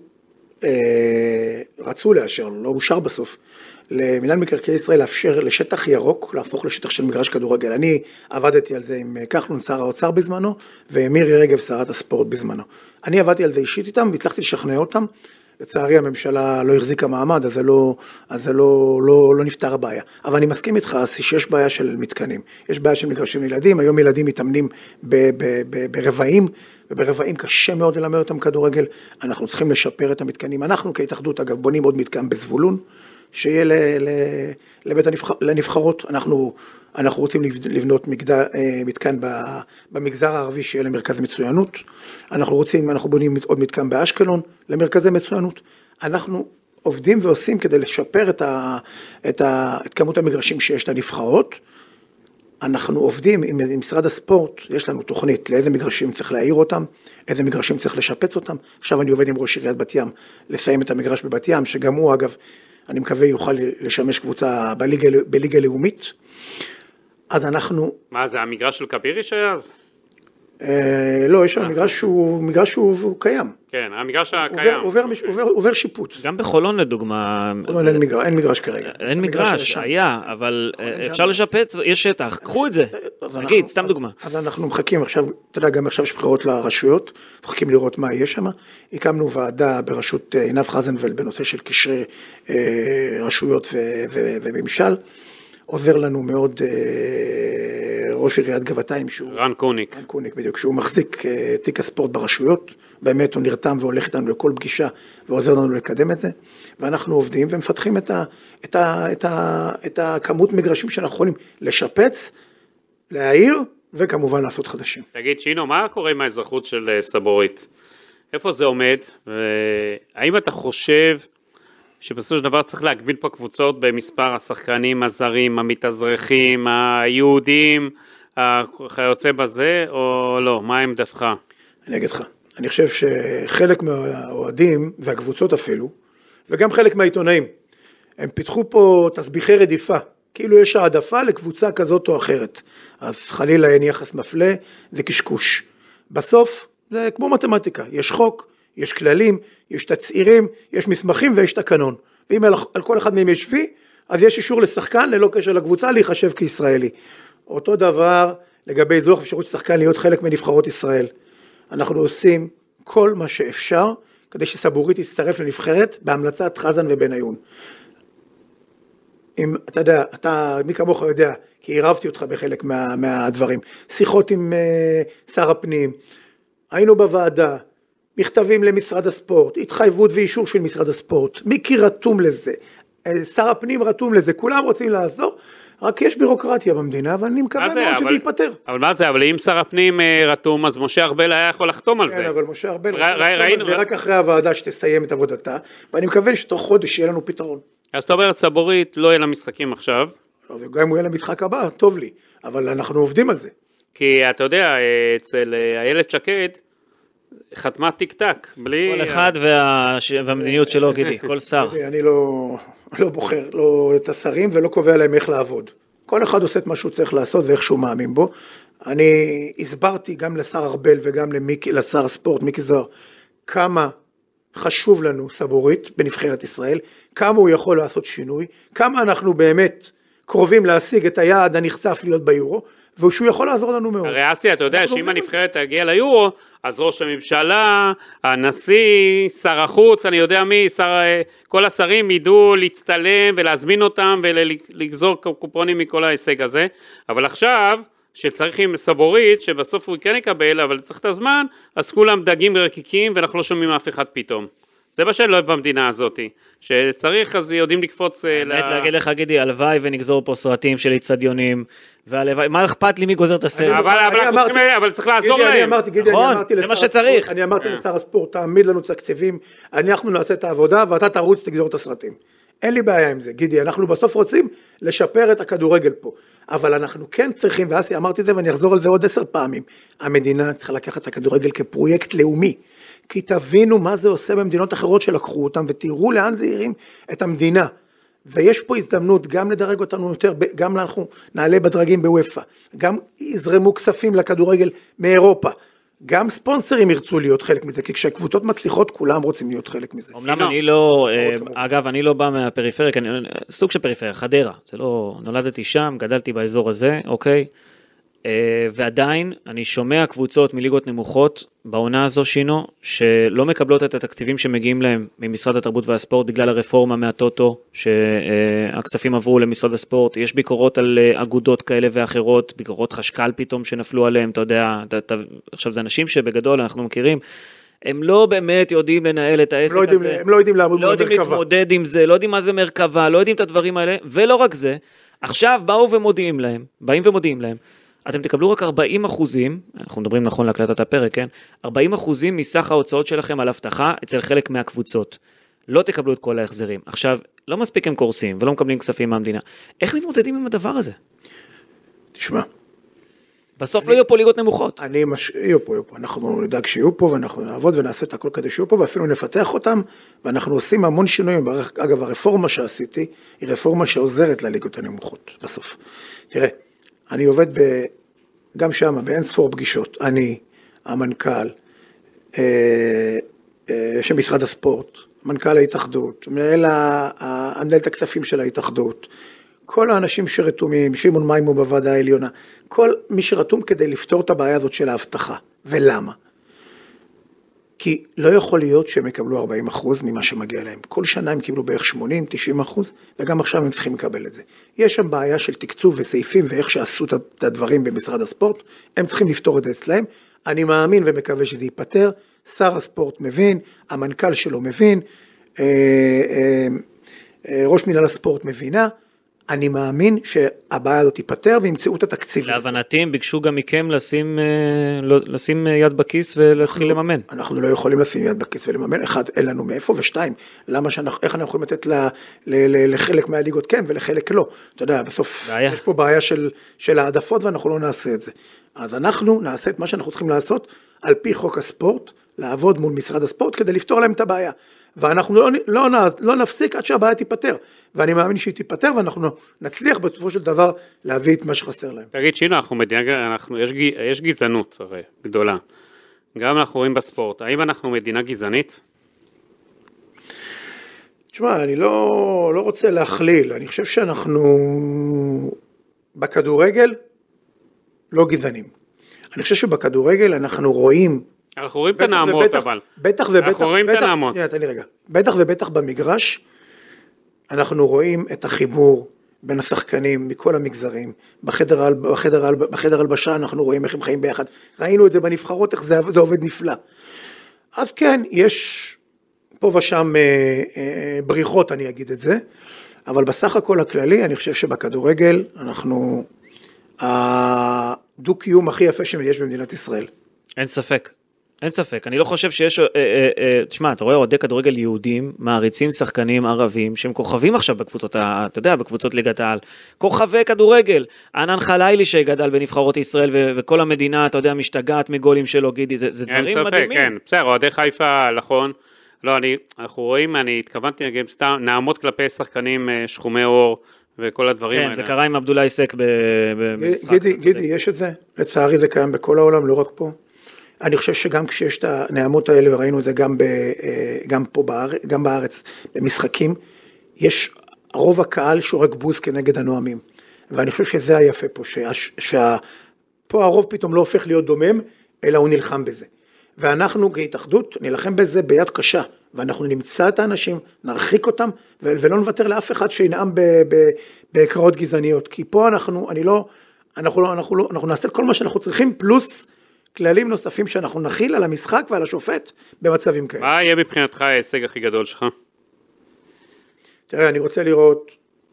אה, רצו לאשר, לא אושר בסוף, למינהל מקרקעי ישראל לאפשר לשטח ירוק, להפוך לשטח של מגרש כדורגל. אני עבדתי על זה עם כחלון, שר האוצר בזמנו, ומירי רגב, שרת הספורט בזמנו. אני עבדתי על זה אישית איתם, והצלחתי לשכנע אותם. לצערי הממשלה לא החזיקה מעמד, אז זה לא, אז זה לא, לא, לא נפתר הבעיה. אבל אני מסכים איתך, שיש בעיה של מתקנים. יש בעיה של מגרשים לילדים, היום ילדים מתאמנים ב, ב, ב, ברבעים, וברבעים קשה מאוד ללמד אותם כדורגל. אנחנו צריכים לשפר את המתקנים. אנחנו כהתאחדות, אגב, בונים עוד מתקן בזבולון, שיהיה ל, ל, לבית הנבחר, לנבחרות. אנחנו, אנחנו רוצים לבנות מגדל, מתקן במגזר הערבי שיהיה למרכז מצוינות. אנחנו רוצים, אנחנו בונים עוד מתקן באשקלון למרכזי מצוינות. אנחנו עובדים ועושים כדי לשפר את, ה, את, ה, את כמות המגרשים שיש לנבחרות. אנחנו עובדים עם, עם משרד הספורט, יש לנו תוכנית לאיזה מגרשים צריך להעיר אותם, איזה מגרשים צריך לשפץ אותם. עכשיו אני עובד עם ראש עיריית בת ים לסיים את המגרש בבת ים, שגם הוא אגב, אני מקווה יוכל לשמש קבוצה בליגה, בליגה לאומית. אז אנחנו... מה זה, המגרש של כבירי שהיה אז? אה, לא, יש שם מגרש שהוא, מגרש שהוא קיים. כן, המגרש הקיים. עובר, עובר, עובר, עובר שיפוט. גם בחולון לדוגמה... בחולון אין מגרש, אין מגרש כרגע. אין מגרש, היה, אבל אפשר לשפץ, יש שטח, קחו את זה. נגיד, סתם דוגמה. אז אנחנו מחכים עכשיו, אתה יודע, גם עכשיו יש בחירות לרשויות, מחכים לראות מה יהיה שם. הקמנו ועדה בראשות עינב חזנוולד בנושא של קשרי רשויות וממשל. עוזר לנו מאוד ראש עיריית גבעתיים, שהוא... רן קוניק. רן קוניק, בדיוק, שהוא מחזיק תיק הספורט ברשויות, באמת הוא נרתם והולך איתנו לכל פגישה, ועוזר לנו לקדם את זה, ואנחנו עובדים ומפתחים את, ה, את, ה, את, ה, את הכמות מגרשים שאנחנו יכולים לשפץ, להעיר, וכמובן לעשות חדשים. תגיד, שינו, מה קורה עם האזרחות של סבורית? איפה זה עומד? האם אתה חושב... שבסופו של דבר צריך להגביל פה קבוצות במספר השחקנים, הזרים, המתאזרחים, היהודים, היוצא בזה, או לא? מה עמדתך? אני אגיד לך, אני חושב שחלק מהאוהדים, והקבוצות אפילו, וגם חלק מהעיתונאים, הם פיתחו פה תסביכי רדיפה, כאילו יש העדפה לקבוצה כזאת או אחרת, אז חלילה אין יחס מפלה, זה קשקוש. בסוף זה כמו מתמטיקה, יש חוק, יש כללים, יש תצעירים, יש מסמכים ויש תקנון. ואם על, על כל אחד מהם יש וי, אז יש אישור לשחקן ללא קשר לקבוצה להיחשב כישראלי. אותו דבר לגבי זוך אפשרות שחקן להיות חלק מנבחרות ישראל. אנחנו עושים כל מה שאפשר כדי שסבורית יצטרף לנבחרת בהמלצת חזן ובניון. אם אתה יודע, אתה מי כמוך יודע, כי עירבתי אותך בחלק מה, מהדברים. שיחות עם uh, שר הפנים, היינו בוועדה, מכתבים למשרד הספורט, התחייבות ואישור של משרד הספורט, מיקי רתום לזה, שר הפנים רתום לזה, כולם רוצים לעזור, רק יש בירוקרטיה במדינה, ואני מקווה מאוד שזה ייפטר. אבל מה זה, אבל אם שר הפנים רתום, אז משה ארבל היה יכול לחתום על זה. כן, אבל משה ארבל זה רק אחרי הוועדה שתסיים את עבודתה, ואני מקווה שתוך חודש יהיה לנו פתרון. אז אתה אומר, סבורית לא יהיה לה משחקים עכשיו. וגם אם הוא יהיה למשחק הבא, טוב לי, אבל אנחנו עובדים על זה. כי אתה יודע, אצל איילת שקד, חתמה טיק טק, בלי... כל אחד וה... והמדיניות שלו, גידי, כל שר. אני לא, לא בוחר, לא את השרים ולא קובע להם איך לעבוד. כל אחד עושה את מה שהוא צריך לעשות ואיך שהוא מאמין בו. אני הסברתי גם לשר ארבל וגם למיקי, לשר הספורט, מיקי זוהר, כמה חשוב לנו סבורית בנבחרת ישראל, כמה הוא יכול לעשות שינוי, כמה אנחנו באמת קרובים להשיג את היעד הנחשף להיות ביורו, ושהוא יכול לעזור לנו מאוד. הרי אסי, אתה יודע שאם הנבחרת תגיע ליורו, אז ראש הממשלה, הנשיא, שר החוץ, אני יודע מי, שר, כל השרים ידעו להצטלם ולהזמין אותם ולגזור קופונים מכל ההישג הזה, אבל עכשיו, שצריך עם סבורית, שבסוף הוא כן יקבל, אבל צריך את הזמן, אז כולם דגים רקיקים ואנחנו לא שומעים אף אחד פתאום. זה מה שאני לא אוהב במדינה הזאת, שצריך אז יודעים לקפוץ... באמת להגיד לך, גידי, הלוואי ונגזור פה סרטים של איצטדיונים, והלוואי, מה אכפת לי מי גוזר את הסרט? אבל צריך לעזור להם. אני אמרתי, גידי, זה מה שצריך. אני אמרתי לשר הספורט, תעמיד לנו תקציבים, אנחנו נעשה את העבודה, ואתה תרוץ תגזור את הסרטים. אין לי בעיה עם זה, גידי, אנחנו בסוף רוצים לשפר את הכדורגל פה, אבל אנחנו כן צריכים, ואסי אמרתי את זה ואני אחזור על זה עוד עשר פעמים, המדינה צריכה לקחת את הכדורגל כפרויקט לאומי, כי תבינו מה זה עושה במדינות אחרות שלקחו אותם, ותראו לאן זה ירים את המדינה, ויש פה הזדמנות גם לדרג אותנו יותר, גם אנחנו נעלה בדרגים בוופא, גם יזרמו כספים לכדורגל מאירופה, גם ספונסרים ירצו להיות חלק מזה, כי כשקבוצות מצליחות, כולם רוצים להיות חלק מזה. אומנם אני לא, אגב, אני לא בא מהפריפריה, סוג של פריפריה, חדרה, זה לא, נולדתי שם, גדלתי באזור הזה, אוקיי, ועדיין אני שומע קבוצות מליגות נמוכות, בעונה הזו שינו, שלא מקבלות את התקציבים שמגיעים להם ממשרד התרבות והספורט, בגלל הרפורמה מהטוטו, שהכספים עברו למשרד הספורט, יש ביקורות על אגודות כאלה ואחרות, ביקורות חשקל פתאום שנפלו עליהם, אתה יודע, עכשיו זה אנשים שבגדול אנחנו מכירים, הם לא באמת יודעים לנהל את העסק הזה, הם לא יודעים לעבוד לא יודעים להתמודד עם זה, לא יודעים מה זה מרכבה, לא יודעים את הדברים האלה, ולא רק זה, עכשיו באו ומודיעים להם, באים ומודיעים להם, אתם תקבלו רק ארבעים אחוזים, אנחנו מדברים נכון להקלטת הפרק, כן? ארבעים אחוזים מסך ההוצאות שלכם על הבטחה אצל חלק מהקבוצות. לא תקבלו את כל ההחזרים. עכשיו, לא מספיק הם קורסים ולא מקבלים כספים מהמדינה. איך מתמודדים עם הדבר הזה? תשמע. בסוף אני, לא יהיו פה ליגות נמוכות. אני מש... יהיו פה, יהיו פה. אנחנו נדאג שיהיו פה ואנחנו נעבוד ונעשה את הכל כדי שיהיו פה ואפילו נפתח אותם ואנחנו עושים המון שינויים. אגב, הרפורמה שעשיתי היא רפורמה שעוזרת לליגות הנמוכות בסוף. תראה, אני עובד ב... גם שם, באין ספור פגישות, אני, המנכ"ל, אה, אה, של משרד הספורט, מנכ"ל ההתאחדות, מנהל, ה... המנהל את הכספים של ההתאחדות, כל האנשים שרתומים, שמעון מימו בוועדה העליונה, כל מי שרתום כדי לפתור את הבעיה הזאת של ההבטחה. ולמה? כי לא יכול להיות שהם יקבלו ארבעים אחוז ממה שמגיע להם. כל שנה הם קיבלו בערך שמונים תשעים אחוז, וגם עכשיו הם צריכים לקבל את זה. יש שם בעיה של תקצוב וסעיפים, ואיך שעשו את הדברים במשרד הספורט, הם צריכים לפתור את זה אצלהם. אני מאמין ומקווה שזה ייפטר, שר הספורט מבין, המנכ"ל שלו מבין, ראש מנהל הספורט מבינה, אני מאמין שהבעיה הזאת תיפטר וימצאו את התקציב. להבנתי הם ביקשו גם מכם לשים, לשים יד בכיס ולהתחיל לממן. אנחנו לא יכולים לשים יד בכיס ולממן. אחד, אין לנו מאיפה, ושתיים, למה שאנחנו, איך אנחנו יכולים לתת ל, ל, ל, לחלק מהליגות כן ולחלק לא. אתה יודע, בסוף בעיה. יש פה בעיה של, של העדפות ואנחנו לא נעשה את זה. אז אנחנו נעשה את מה שאנחנו צריכים לעשות על פי חוק הספורט, לעבוד מול משרד הספורט כדי לפתור להם את הבעיה. ואנחנו לא, לא, לא נפסיק עד שהבעיה תיפטר, ואני מאמין שהיא תיפטר, ואנחנו נצליח בסופו של דבר להביא את מה שחסר להם. תגיד שינו, אנחנו מדינה, אנחנו, יש, יש גזענות הרי, גדולה, גם אנחנו רואים בספורט, האם אנחנו מדינה גזענית? תשמע, אני לא, לא רוצה להכליל, אני חושב שאנחנו בכדורגל לא גזענים. אני חושב שבכדורגל אנחנו רואים, אנחנו רואים את הנעמות, אבל. בטח ובטח, אנחנו רואים את הנעמות. שנייה, תן לי רגע. בטח ובטח במגרש, אנחנו רואים את החיבור בין השחקנים מכל המגזרים. בחדר, בחדר, בחדר הלבשה אנחנו רואים איך הם חיים ביחד. ראינו את זה בנבחרות, איך זה, זה עובד נפלא. אז כן, יש פה ושם אה, אה, בריחות, אני אגיד את זה. אבל בסך הכל הכללי, אני חושב שבכדורגל, אנחנו, הדו-קיום הכי יפה שיש במדינת ישראל. אין ספק. אין ספק, אני לא חושב שיש, אה, אה, אה, תשמע, אתה רואה אוהדי כדורגל יהודים, מעריצים שחקנים ערבים, שהם כוכבים עכשיו בקבוצות, אתה יודע, בקבוצות ליגת העל, כוכבי כדורגל, ענן חלילי שגדל בנבחרות ישראל, ו- וכל המדינה, אתה יודע, משתגעת מגולים שלו, גידי, זה, זה דברים ספק, מדהימים. כן, בסדר, אוהדי חיפה, נכון, לא, אני, אנחנו רואים, אני התכוונתי גם סתם, נעמות כלפי שחקנים שחומי אור, וכל הדברים כן, האלה. זה קרה עם עבדולאי סק במשחק. גידי, גידי, יש את זה, לצערי זה קיים בכל העולם, לא רק פה. אני חושב שגם כשיש את הנעמות האלה, וראינו את זה גם, ב, גם פה בארץ, גם בארץ, במשחקים, יש רוב הקהל שורק בוז כנגד הנואמים. ואני חושב שזה היפה פה, שה, שה, פה הרוב פתאום לא הופך להיות דומם, אלא הוא נלחם בזה. ואנחנו כהתאחדות נלחם בזה ביד קשה, ואנחנו נמצא את האנשים, נרחיק אותם, ולא נוותר לאף אחד שינאם בקראות גזעניות. כי פה אנחנו, אני לא, אנחנו לא, אנחנו לא, אנחנו נעשה את כל מה שאנחנו צריכים, פלוס כללים נוספים שאנחנו נכיל על המשחק ועל השופט במצבים כאלה. מה יהיה מבחינתך ההישג הכי גדול שלך? תראה, אני רוצה לראות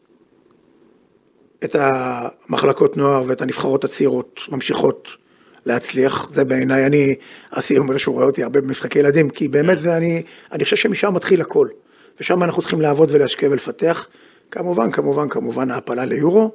את המחלקות נוער ואת הנבחרות הצעירות ממשיכות להצליח. זה בעיניי, אני, אסי אומר שהוא רואה אותי הרבה במשחקי ילדים, כי באמת זה אני, אני חושב שמשם מתחיל הכל. ושם אנחנו צריכים לעבוד ולהשקיע ולפתח. כמובן, כמובן, כמובן, ההפלה ליורו,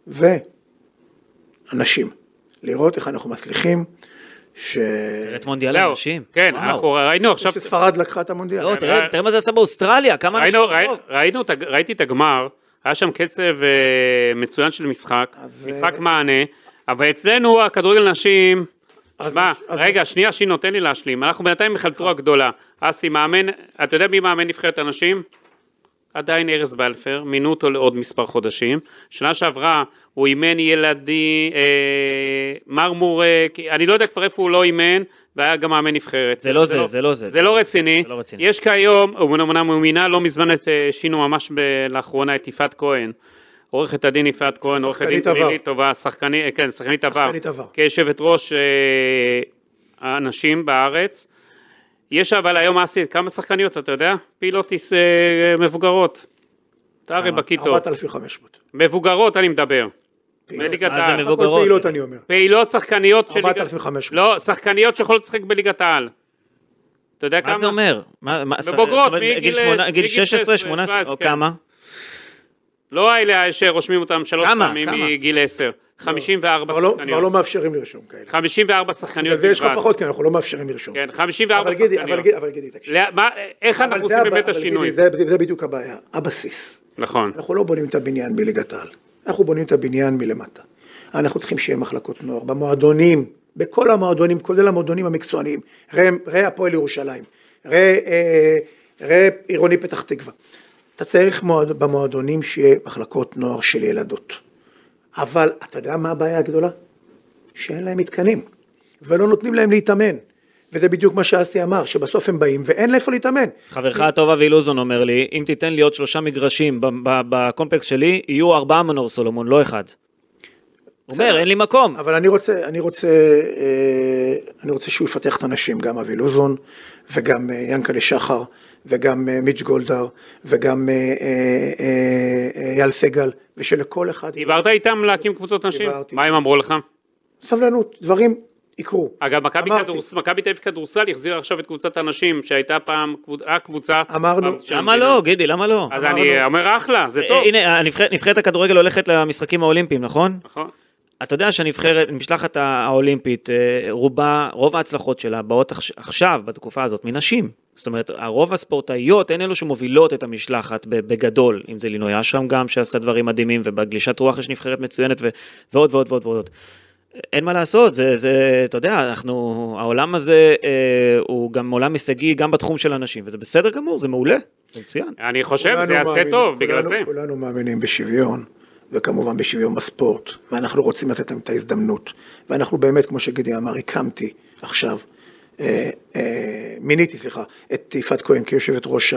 ואנשים. לראות איך אנחנו מצליחים, ש... את מונדיאל האנשים. כן, אנחנו ראינו עכשיו... שספרד לקחה את המונדיאל. לא, תראה מה זה עשה באוסטרליה, כמה אנשים טוב. ראיתי את הגמר, היה שם קצב מצוין של משחק, משחק מענה, אבל אצלנו הכדורגל נשים... שמע, רגע, שנייה, שהיא נותן לי להשלים, אנחנו בינתיים מחלטורה גדולה. אסי, מאמן, אתה יודע מי מאמן נבחרת הנשים? עדיין ארז בלפר, מינו אותו לעוד מספר חודשים. שנה שעברה הוא אימן ילדי, אה, מרמור, אני לא יודע כבר איפה הוא לא אימן, והיה גם מאמן נבחרת. זה לא זה, זה לא זה. זה לא רציני. זה לא רציני. יש כיום, הוא אמנם הוא מינה לא מזמן את שינו ממש לאחרונה את יפעת כהן, עורכת הדין יפעת כהן, עורכת דין פלילית טובה, שחקנית, כן, שחקנית עבר, כיושבת ראש האנשים בארץ. יש אבל היום אסי, כמה שחקניות, אתה יודע? פילוטיס מבוגרות. אתה הרי בקיטות. ארבעת אלפים וחמש מאות. מבוגרות אני מדבר. בליגת העל. מבוגרות. פעילות אני אומר. פעילות שחקניות של... ארבעת אלפים וחמש מאות. לא, שחקניות שיכולות לשחק בליגת העל. אתה יודע כמה? מה זה אומר? מבוגרות, מגיל שש עשרה, שמונה עשרה, או כמה? לא האלה שרושמים אותם שלוש פעמים מגיל עשר. חמישים וארבע שחקניות. כבר לא מאפשרים לרשום כאלה. חמישים וארבע שחקניות. ויש לך פחות, כי אנחנו לא מאפשרים לרשום. כן, חמישים וארבע שחקניות. אבל גידי, תקשיב. איך אנחנו עושים באמת השינוי? זה בדיוק הבעיה, הבסיס. נכון. אנחנו לא בונים את הבניין בליגת העל. אנחנו בונים את הבניין מלמטה. אנחנו צריכים שיהיה מחלקות נוער, במועדונים, בכל המועדונים, כולל המועדונים המקצועניים. ראה הפועל ירושלים, ראה עירוני פתח תקווה. אתה צריך במועדונים שיהיה מחלקות נוער של ילדות. אבל אתה יודע מה הבעיה הגדולה? שאין להם מתקנים, ולא נותנים להם להתאמן. וזה בדיוק מה שאסי אמר, שבסוף הם באים ואין לאיפה להתאמן. חברך הטוב אבי לוזון אומר לי, אם תיתן לי עוד שלושה מגרשים בקומפלקס שלי, יהיו ארבעה מנור סולומון, לא אחד. הוא אומר, אין לי מקום. אבל אני רוצה, אני רוצה, אני רוצה שהוא יפתח את האנשים, גם אבי לוזון, וגם ינקלה שחר, וגם מיץ' גולדהר, וגם אייל סגל, ושלכל אחד... דיברת איתם להקים קבוצות נשים? מה הם אמרו לך? סבלנות, דברים יקרו. אגב, מכבי תל אביב כדורסל החזירה עכשיו את קבוצת הנשים, שהייתה פעם הקבוצה... אמרנו... למה לא, גידי, למה לא? אז אני אומר אחלה, זה טוב. הנה, נבחרת הכדורגל הולכת למשחקים האולימפיים, נכון? נכון. אתה יודע שהנבחרת, משלחת האולימפית, רובה, רוב ההצלחות שלה באות עכשיו, בתקופה הזאת, מנשים. זאת אומרת, הרוב הספורטאיות, הן אלו שמובילות את המשלחת בגדול, אם זה לינוי אשרם גם, שעשתה דברים מדהימים, ובגלישת רוח יש נבחרת מצוינת, ועוד ועוד ועוד ועוד. אין מה לעשות, זה, זה, אתה יודע, אנחנו, העולם הזה, אה, הוא גם עולם הישגי, גם בתחום של אנשים, וזה בסדר גמור, זה מעולה, זה מצוין. אני חושב, זה יעשה טוב, בגלל זה. כולנו מאמינים בשוויון, וכמובן בשוויון בספורט, ואנחנו רוצים לתת להם את ההזדמנות, ואנחנו באמת, כמו שגידי אמר, הקמתי עכשיו, אה, אה, מיניתי, סליחה, את יפעת כהן כיושבת ראש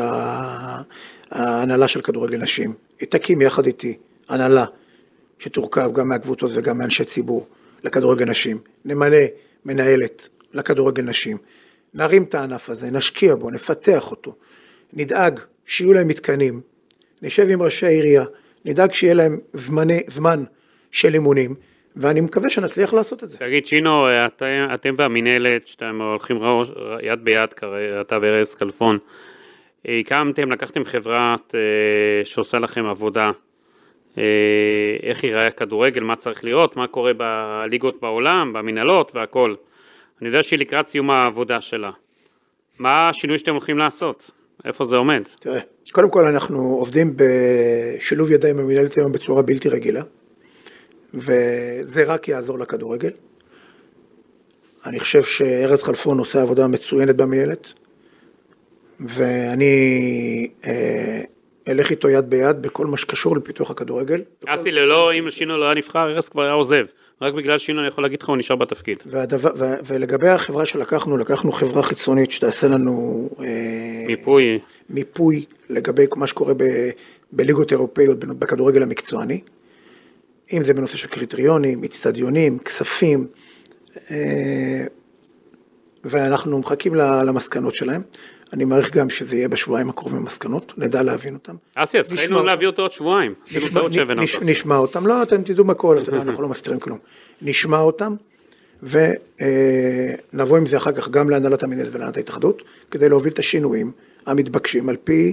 ההנהלה של כדורגל נשים, היא תקים יחד איתי, הנהלה, שתורכב גם מהקבוצות וגם מאנשי ציבור, לכדורגל נשים, נמנה מנהלת לכדורגל נשים, נרים את הענף הזה, נשקיע בו, נפתח אותו, נדאג שיהיו להם מתקנים, נשב עם ראשי העירייה, נדאג שיהיה להם זמני, זמן של אימונים, ואני מקווה שנצליח לעשות את זה. תגיד, שינו, את, אתם והמנהלת, שאתם הולכים ראש, יד ביד, אתה וארז כלפון, הקמתם, לקחתם חברת שעושה לכם עבודה, איך ייראה הכדורגל, מה צריך להיות, מה קורה בליגות בעולם, במנהלות והכל. אני יודע שהיא לקראת סיום העבודה שלה. מה השינוי שאתם הולכים לעשות? איפה זה עומד? תראה, קודם כל אנחנו עובדים בשילוב ידיים עם המנהלת היום בצורה בלתי רגילה, וזה רק יעזור לכדורגל. אני חושב שארז כלפון עושה עבודה מצוינת במנהלת, ואני... אלך איתו יד ביד בכל מה שקשור לפיתוח הכדורגל. אסי, ללא, אם שינו לא היה נבחר, ארז כבר היה עוזב. רק בגלל שינו אני יכול להגיד לך, הוא נשאר בתפקיד. ולגבי החברה שלקחנו, לקחנו חברה חיצונית שתעשה לנו... מיפוי. מיפוי לגבי מה שקורה בליגות אירופאיות, בכדורגל המקצועני. אם זה בנושא של קריטריונים, אצטדיונים, כספים. ואנחנו מחכים למסקנות שלהם. אני מעריך גם שזה יהיה בשבועיים הקרובים מסקנות, נדע להבין אותם. אסי, אז צריכים להביא אותו עוד שבועיים. נשמע אותם, לא, אתם תדעו מה כל, אנחנו לא מסתירים כלום. נשמע אותם, ונבוא עם זה אחר כך גם להנהלת המינהלת ולהנהלת ההתאחדות, כדי להוביל את השינויים המתבקשים על פי,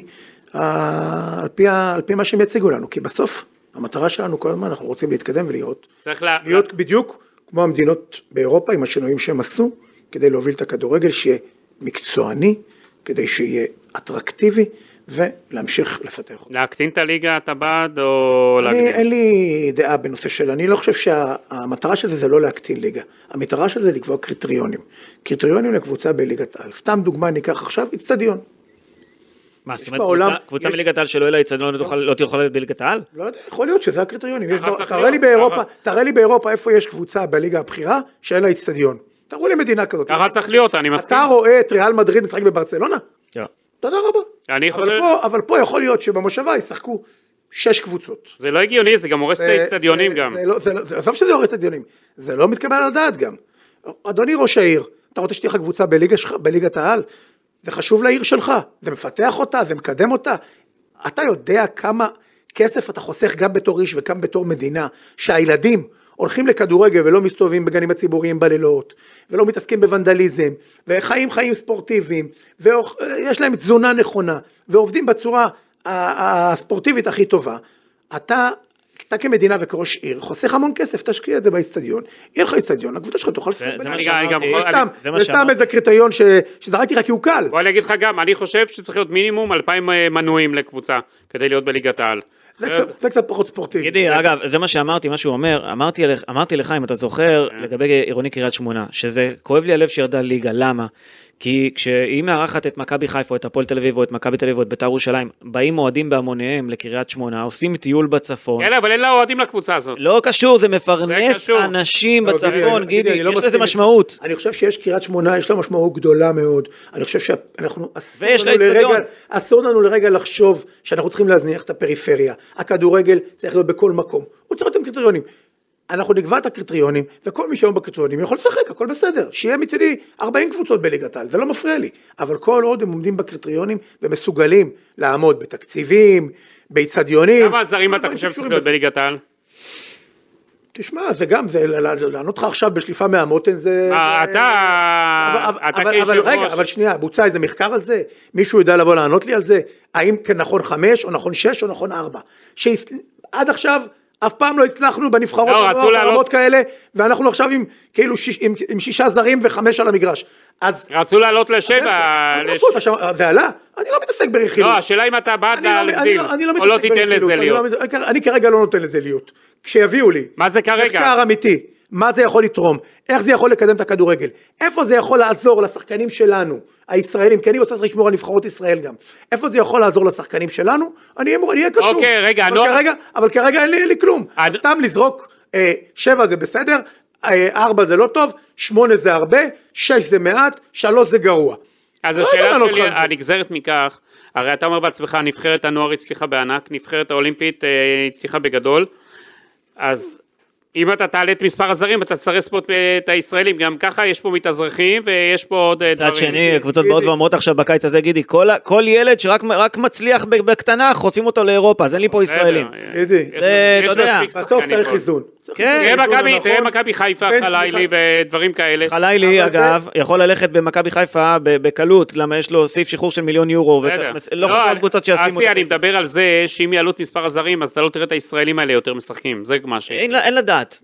על פי, על פי מה שהם יציגו לנו, כי בסוף המטרה שלנו כל הזמן, אנחנו רוצים להתקדם ולהיות, להיות בדיוק כמו המדינות באירופה, עם השינויים שהם עשו, כדי להוביל את הכדורגל שיהיה מקצועני, כדי שיהיה אטרקטיבי, ולהמשיך לפתח אותו. להקטין את הליגה, אתה בעד, או להגדיל? אין לי דעה בנושא של, אני לא חושב שהמטרה של זה זה לא להקטין ליגה, המטרה של זה לקבוע קריטריונים, קריטריונים לקבוצה בליגת העל. סתם דוגמה ניקח עכשיו, אצטדיון. מה, זאת אומרת, קבוצה בליגת העל שלא יהיה לה אצטדיון לא תוכל להיות בליגת העל? לא יודע, יכול להיות שזה הקריטריונים. תראה לי באירופה איפה יש קבוצה בליגה הבכירה שאין לה אצטדיון. תראו לי מדינה כזאת. ככה צריך להיות, אני מסכים. אתה רואה את ריאל מדריד משחק בברצלונה? כן. תודה רבה. אני חושב... אבל פה יכול להיות שבמושבה ישחקו שש קבוצות. זה לא הגיוני, זה גם הורס את האצטדיונים גם. זה עזוב שזה הורס את האצטדיונים, זה לא מתקבל על דעת גם. אדוני ראש העיר, אתה רוצה שתהיה לך קבוצה בליגת העל? זה חשוב לעיר שלך, זה מפתח אותה, זה מקדם אותה. אתה יודע כמה כסף אתה חוסך גם בתור איש וגם בתור מדינה, שהילדים הולכים לכדורגל ולא מסתובבים בגנים הציבוריים בלילות, ולא מתעסקים בוונדליזם, וחיים חיים ספורטיביים, ויש להם תזונה נכונה, ועובדים בצורה הספורטיבית הכי טובה. אתה, אתה כמדינה וכראש עיר, חוסך המון כסף, תשקיע את זה באצטדיון, יהיה לך אצטדיון, הקבוצה שלך תוכל לשחק בלילה. זה סתם איזה קריטריון שזרקתי רק כי הוא קל. בוא אני אגיד לך גם, אני חושב שצריך להיות מינימום אלפיים מנויים לקבוצה, כדי להיות בליגת העל. זה קצת פחות ספורטיבי. גידי, אגב, זה מה שאמרתי, מה שהוא אומר, אמרתי לך, אם אתה זוכר, לגבי עירוני קריית שמונה, שזה כואב לי הלב שירדה ליגה, למה? כי כשהיא מארחת את מכבי חיפה, או את הפועל תל אביב, או את מכבי תל אביב, או את בית"ר ירושלים, באים אוהדים בהמוניהם לקריית שמונה, עושים טיול בצפון. כן, אבל אין לה אוהדים לקבוצה הזאת. לא קשור, זה מפרנס אנשים בצפון, גידי, יש לזה משמעות. אני חושב שיש קריית שמונה, יש לה משמעות גדולה מאוד. אני חושב שאנחנו, אסור לנו לרגע לחשוב שאנחנו צריכים להזניח את הפריפריה. הכדורגל צריך להיות בכל מקום. הוא צריך להיות עם קריטריונים. אנחנו נקבע את הקריטריונים, וכל מי שהיום בקריטריונים יכול לשחק, הכל בסדר. שיהיה מצידי ארבעים קבוצות בליגת העל, זה לא מפריע לי. אבל כל עוד הם עומדים בקריטריונים, ומסוגלים לעמוד בתקציבים, באצטדיונים. כמה זרים אתה חושב שצריך להיות בליגת העל? תשמע, זה גם, זה לענות לך עכשיו בשליפה מהמותן, זה... אתה... אבל רגע, אבל שנייה, בוצע איזה מחקר על זה? מישהו יודע לבוא לענות לי על זה? האם נכון חמש, או נכון שש, או נכון ארבע? שעד עכשיו... אף פעם לא הצלחנו בנבחרות ברמות כאלה, ואנחנו עכשיו עם, כאילו, עם, עם שישה זרים וחמש על המגרש. אז... רצו לעלות לשבע. זה עלה? אני לא מתעסק ברכילות. לא, השאלה אם אתה בעד להגדיל, או לא תיתן לזה להיות. אני כרגע לא נותן לזה להיות. כשיביאו לי. מה זה כרגע? מחקר אמיתי. מה זה יכול לתרום? איך זה יכול לקדם את הכדורגל? איפה זה יכול לעזור לשחקנים שלנו, הישראלים? כי אני רוצה לשמור על נבחרות ישראל גם. איפה זה יכול לעזור לשחקנים שלנו? אני אהיה קשור. אוקיי, רגע, אבל, כרגע, אבל כרגע אין לי, אין לי כלום. עד... סתם לזרוק, אה, שבע זה בסדר, אה, ארבע זה לא טוב, שמונה זה הרבה, שש זה מעט, שלוש זה גרוע. אז השאלה שלי, הנגזרת מכך, הרי אתה אומר בעצמך, נבחרת הנוער הצליחה בענק, נבחרת האולימפית אה, הצליחה בגדול, אז... אם אתה תעלה את מספר הזרים, אתה תצרס פה את הישראלים, גם ככה יש פה מתאזרחים, ויש פה עוד דברים. צד שני, קבוצות באות ואומרות עכשיו בקיץ הזה, גידי, כל, כל ילד שרק מצליח בקטנה, חוטפים אותו לאירופה, אז אין לי פה ישראלים. גידי, זה, אתה יודע. בסוף צריך איזון. תראה מכבי חיפה, חלילי ודברים כאלה. חלילי, אגב, יכול ללכת במכבי חיפה בקלות, למה יש לו סעיף שחרור של מיליון יורו, ולא חסר עוד קבוצות שישימו אותה. אני מדבר על זה, שאם יעלו את מספר הזרים, אז אתה לא תראה את הישראלים האלה יותר משחקים, זה מה ש... אין לדעת.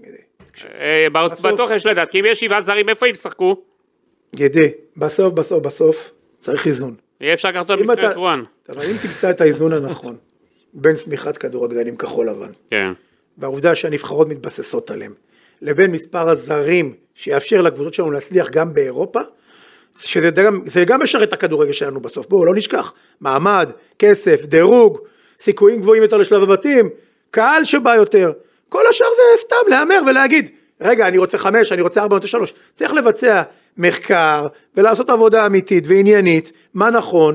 בטוח יש לדעת, כי אם יש שבעה זרים, איפה הם שחקו? גידי, בסוף, בסוף, בסוף, צריך איזון. יהיה אפשר לקחת אותו בנבחרת רואן. אבל אם תמצא את האיזון הנכון, בין צמיחת כדורגלנים כחול לבן, כן. והעובדה שהנבחרות מתבססות עליהם, לבין מספר הזרים שיאפשר לקבוצות שלנו להצליח גם באירופה, שזה גם, זה גם משרת את הכדורגל שלנו בסוף. בואו, לא נשכח. מעמד, כסף, דירוג, סיכויים גבוהים יותר לשלב הבתים, קהל שבא יותר. כל השאר זה סתם להאמר ולהגיד, רגע, אני רוצה חמש, אני רוצה ארבע, אני רוצה שלוש. צריך לבצע מחקר ולעשות עבודה אמיתית ועניינית, מה נכון,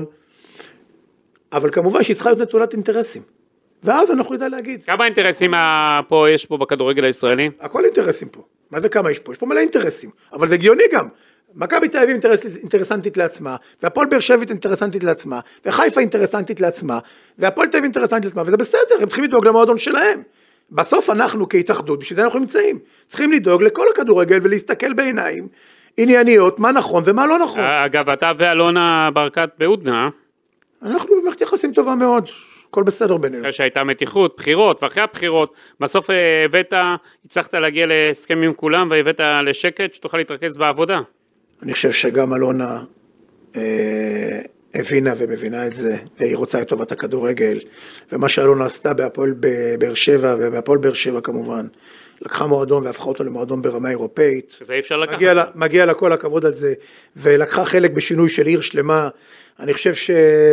אבל כמובן שהיא צריכה להיות נטולת אינטרסים. ואז אנחנו יודע להגיד. כמה אינטרסים פה יש פה בכדורגל הישראלי? הכל אינטרסים פה. מה זה כמה יש פה? יש פה מלא אינטרסים. אבל זה הגיוני גם. מכבי תל אביב אינטרסנטית לעצמה, והפועל באר שבע אינטרסנטית לעצמה, וחיפה אינטרסנטית לעצמה, והפועל תל אביב אינטרסנטית לעצמה, וזה בסדר, הם צריכים לדאוג למועדון שלהם. בסוף אנחנו כהתאחדות, בשביל זה אנחנו נמצאים, צריכים לדאוג לכל הכדורגל ולהסתכל בעיניים ענייניות, מה נכון ומה לא נכון. אגב, אתה ואלונה ברקת בהודנה, אנחנו במערכת יחסים טובה מאוד, הכל בסדר בינינו. אחרי שהייתה מתיחות, בחירות, ואחרי הבחירות, בסוף הבאת, הצלחת להגיע להסכם עם כולם, והבאת לשקט שתוכל להתרכז בעבודה. אני חושב שגם אלונה אה, הבינה ומבינה את זה, והיא רוצה את טובת הכדורגל, ומה שאלונה עשתה בהפועל באר שבע, ובהפועל באר שבע כמובן, לקחה מועדון והפכה אותו למועדון ברמה אירופאית. זה אי אפשר לקחת. מגיע לה, מגיע לה כל הכבוד על זה, ולקחה חלק בשינוי של עיר שלמה. אני חושב ש...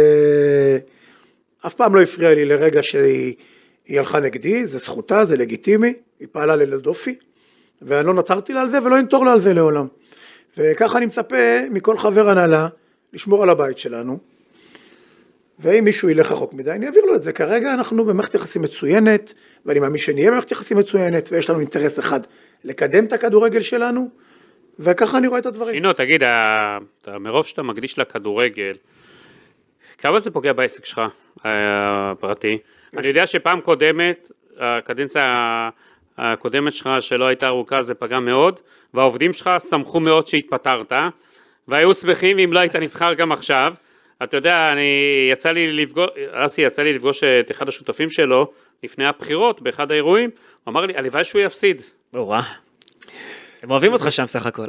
אף פעם לא הפריע לי לרגע שהיא הלכה נגדי, זה זכותה, זה לגיטימי, היא פעלה ללא דופי, ואני לא נתרתי לה על זה ולא אנתור לה על זה לעולם. וככה אני מצפה מכל חבר הנהלה לשמור על הבית שלנו, ואם מישהו ילך רחוק מדי, אני אעביר לו את זה. כרגע אנחנו במערכת יחסים מצוינת, ואני מאמין שנהיה במערכת יחסים מצוינת, ויש לנו אינטרס אחד לקדם את הכדורגל שלנו, וככה אני רואה את הדברים. שינו, תגיד, מרוב שאתה מקדיש לכדורגל, כמה זה פוגע בעסק שלך, הפרטי? אני יודע שפעם קודמת, הקדנציה הקודמת שלך שלא הייתה ארוכה, זה פגע מאוד, והעובדים שלך שמחו מאוד שהתפטרת, והיו שמחים אם לא היית נבחר גם עכשיו. אתה יודע, אני יצא לי לפגוש, אסי יצא לי לפגוש את אחד השותפים שלו, לפני הבחירות, באחד האירועים, הוא אמר לי, הלוואי שהוא יפסיד. ברורה. הם אוהבים אותך שם סך הכל.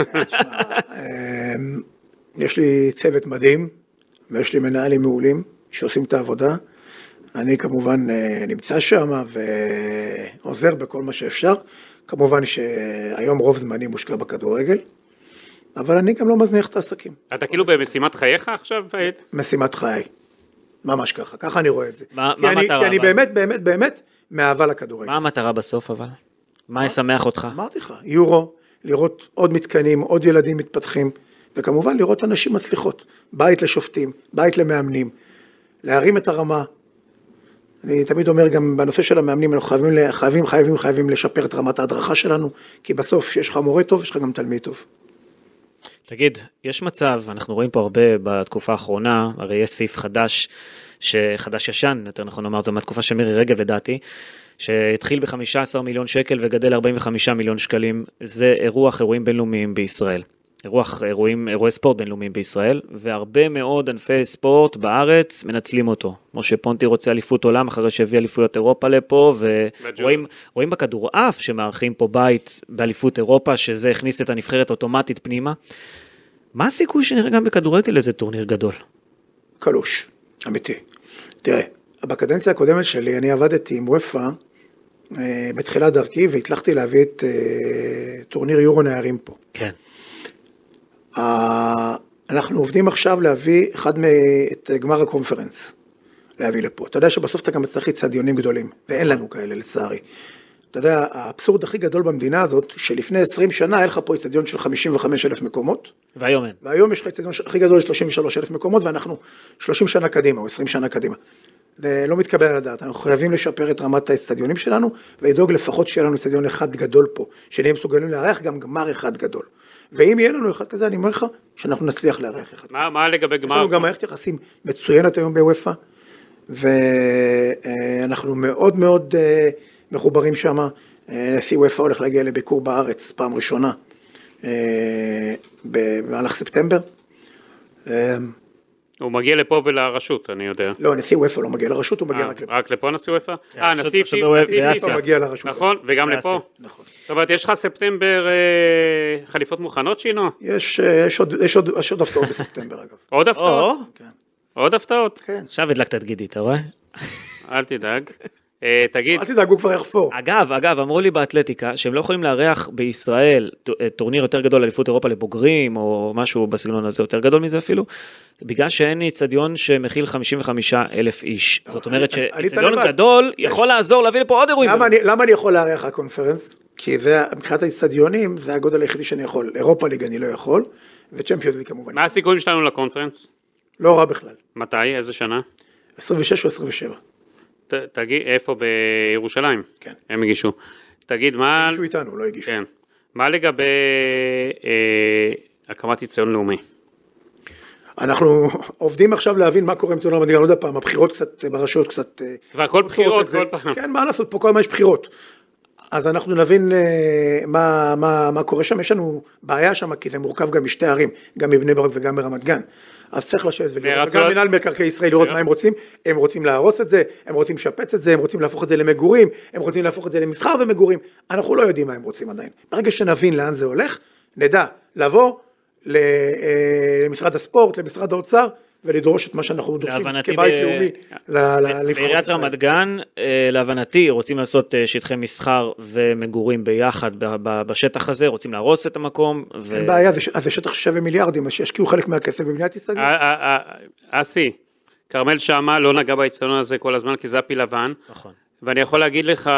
יש לי צוות מדהים, ויש לי מנהלים מעולים שעושים את העבודה. אני כמובן נמצא שם ועוזר בכל מה שאפשר. כמובן שהיום רוב זמני מושקע בכדורגל, אבל אני גם לא מזניח את העסקים. אתה כאילו במשימת חייך עכשיו? משימת חיי. ממש ככה, ככה אני רואה את זה. מה המטרה? כי אני באמת, באמת, באמת מאהבה לכדורגל. מה המטרה בסוף אבל? מה ישמח אותך? אמרתי לך, יורו, לראות עוד מתקנים, עוד ילדים מתפתחים, וכמובן לראות אנשים מצליחות, בית לשופטים, בית למאמנים, להרים את הרמה. אני תמיד אומר גם בנושא של המאמנים, אנחנו חייבים, חייבים, חייבים, חייבים לשפר את רמת ההדרכה שלנו, כי בסוף שיש לך מורה טוב, יש לך גם תלמיד טוב. תגיד, יש מצב, אנחנו רואים פה הרבה בתקופה האחרונה, הרי יש סעיף חדש, חדש ישן, יותר נכון לומר, זו מהתקופה של מירי רגב לדעתי, שהתחיל ב-חמישה עשר מיליון שקל וגדל ל-ארבעים וחמישה מיליון שקלים, זה אירוח אירועים בינלאומיים בישראל. אירוח אירועים, אירועי ספורט בינלאומיים בישראל, והרבה מאוד ענפי ספורט בארץ מנצלים אותו. משה פונטי רוצה אליפות עולם, אחרי שהביא אליפויות אירופה לפה, ורואים רואים בכדורעף שמארחים פה בית באליפות אירופה, שזה הכניס את הנבחרת אוטומטית פנימה. מה הסיכוי שנראה גם בכדורגל איזה טורניר גדול? קלוש, אמיתי. תראה, בקדנציה הקודמת שלי, אני עבדתי עם וופא, בתחילת דרכי, והצלחתי להביא את טורניר יורו נערים פה. כן. אנחנו עובדים עכשיו להביא אחד את גמר הקונפרנס, להביא לפה. אתה יודע שבסוף אתה גם צריך אצטדיונים גדולים, ואין לנו כאלה לצערי. אתה יודע, האבסורד הכי גדול במדינה הזאת, שלפני עשרים שנה היה לך פה אצטדיון של חמישים וחמישה אלף מקומות. והיום אין. והיום יש לך אצטדיון הכי גדול של שלושים ושלושה אלף מקומות, ואנחנו שלושים שנה קדימה, או עשרים שנה קדימה. זה לא מתקבל על הדעת, אנחנו חייבים לשפר את רמת האצטדיונים שלנו, ולדאוג לפחות שיהיה לנו אצטדיון אחד גדול פה, שנהיה מסוגלים לארח גם גמר אחד גדול. ואם יהיה לנו אחד כזה, אני אומר לך שאנחנו נצליח לארח אחד. מה, מה לגבי גמר? יש לנו גם מערכת יחסים מצוינת היום בוופא, ואנחנו מאוד מאוד מחוברים שם. נשיא וופא הולך להגיע לביקור בארץ, פעם ראשונה, במהלך ספטמבר. הוא מגיע לפה ולרשות, אני יודע. לא, נשיא וופא לא מגיע לרשות, הוא מגיע רק לפה. רק לפה נשיא וופא? אה, נשיא וופא מגיע לרשות. נכון, וגם לפה? נכון. זאת אומרת, יש לך ספטמבר חליפות מוכנות, שינו? יש עוד הפתעות בספטמבר, אגב. עוד הפתעות? כן. עוד הפתעות? כן. עכשיו הדלקת את גידי, אתה רואה? אל תדאג. תגיד. אל תדאג, הוא כבר יחפור. אגב, אגב, אמרו לי באתלטיקה, שהם לא יכולים לארח בישראל טורניר יותר גדול, אליפות אירופה לבוגרים, או משהו בסגנון הזה יותר גדול מזה אפילו, בגלל שאין אצטדיון שמכיל חמישים וחמישה אלף איש. זאת אומרת שאצטדיון גדול יכול לעזור להביא לפה עוד אירועים. למה אני יכול לארח הקונפרנס? כי זה, מבחינת האצטדיונים, זה הגודל היחידי שאני יכול. אירופה ליג אני לא יכול, וצ'מפיונס ליג כמובן. מה הסיכויים שלנו לקונפרנס? לא רע בכלל. מתי? איזה שנה? עשרים ושש או עשרים ושבע. תגיד, איפה בירושלים? כן. הם הגישו. תגיד, מה... הגישו איתנו, לא הגישו. כן. מה לגבי אה, הקמת איצטדיון לאומי. אנחנו עובדים עכשיו להבין מה קורה עם איצטדיון רמת גן, עוד פעם, הבחירות קצת ברשויות קצת... והכל בחירות כל פעם. כן, מה לעשות, פה כל הזמן יש בחירות. אז אנחנו נבין מה, מה, מה קורה שם, יש לנו בעיה שם, כי זה מורכב גם משתי ערים, גם מבני ברק וגם ברמת גן. אז צריך לשבת ולראות, וגם מנהל מקרקעי ישראל לראות מה הם רוצים, הם רוצים להרוס את זה, הם רוצים לשפץ את זה, הם רוצים להפוך את זה למגורים, הם רוצים להפוך את זה למסחר ומגורים, אנחנו לא יודעים מה הם רוצים עדיין. ברגע שנבין לאן זה הולך, נדע לבוא למשרד הספורט, למשרד האוצר, ולדרוש את מה שאנחנו דורשים כבית לאומי לנבחרות ישראל. בעיריית רמת גן, להבנתי, רוצים לעשות שטחי מסחר ומגורים ביחד בשטח הזה, רוצים להרוס את המקום. אין בעיה, אז זה שטח שווה מיליארדים, אז שישקיעו חלק מהכסף במדינת ישראל. אסי, כרמל שמה לא נגע באיצטדיון הזה כל הזמן, כי זה הפיל לבן. נכון. ואני יכול להגיד לך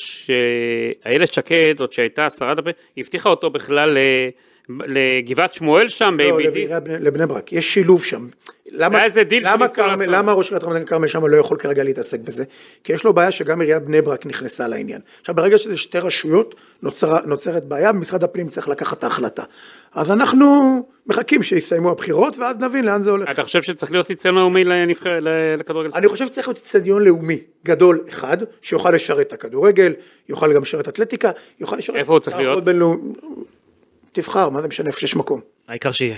שאיילת שקד, עוד שהייתה שרת הפנים, הבטיחה אותו בכלל לגבעת שמואל שם, לא, לבני ברק, יש שילוב שם. למה, למה, קרמל, למה ראש עיריית רמת גן כרמל שמה לא יכול כרגע להתעסק בזה? כי יש לו בעיה שגם עיריית בני ברק נכנסה לעניין. עכשיו ברגע שזה שתי רשויות נוצר, נוצרת בעיה, ומשרד הפנים צריך לקחת את ההחלטה. אז אנחנו מחכים שיסיימו הבחירות, ואז נבין לאן זה הולך. אתה חושב שצריך להיות איצטדיון לאומי לכדורגל? אני חושב שצריך להיות איצטדיון לאומי גדול אחד, שיוכל לשרת את הכדורגל, יוכל גם לשרת אתלטיקה, יוכל לשרת... איפה הוא צריך להיות? תבחר, מה זה משנה איפה שיש מקום. העיקר שיהיה.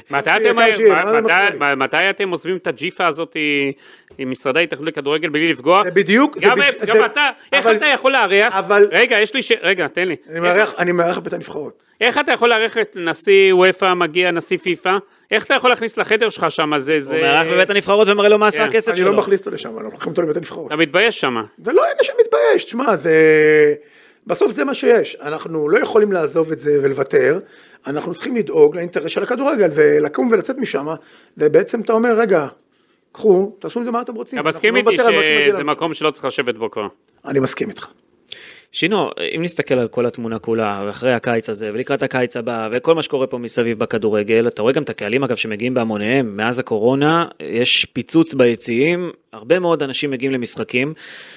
מתי אתם עוזבים את הג'יפה הזאת עם משרדי התאחדות לכדורגל בלי לפגוע? זה בדיוק. גם אתה, איך אתה יכול לארח? רגע, יש לי ש... רגע, תן לי. אני מארח בית הנבחרות. איך אתה יכול לארח את נשיא וופא, מגיע נשיא פיפא? איך אתה יכול להכניס לחדר שלך שם? הוא מארח בבית הנבחרות ומראה לו מה עשה הכסף שלו. אני לא מכניס אותו לשם, אנחנו לוקחים אותו לבית הנבחרות. אתה מתבייש שם. ולא, אין שם מתבייש, תשמע, זה... בסוף זה מה שיש, אנחנו לא יכולים לעזוב את זה ולוותר, אנחנו צריכים לדאוג לאינטרס של הכדורגל, ולקום ולצאת משם, ובעצם אתה אומר, רגע, קחו, תעשו את זה מה אתם רוצים. אתה מסכים איתי שזה מקום שלא צריך לשבת בו כבר. אני מסכים איתך. שינו, אם נסתכל על כל התמונה כולה, ואחרי הקיץ הזה, ולקראת הקיץ הבא, וכל מה שקורה פה מסביב בכדורגל, אתה רואה גם את הקהלים, אגב, שמגיעים בהמוניהם, מאז הקורונה, יש פיצוץ ביציעים, הרבה מאוד אנשים מגיעים למשחקים.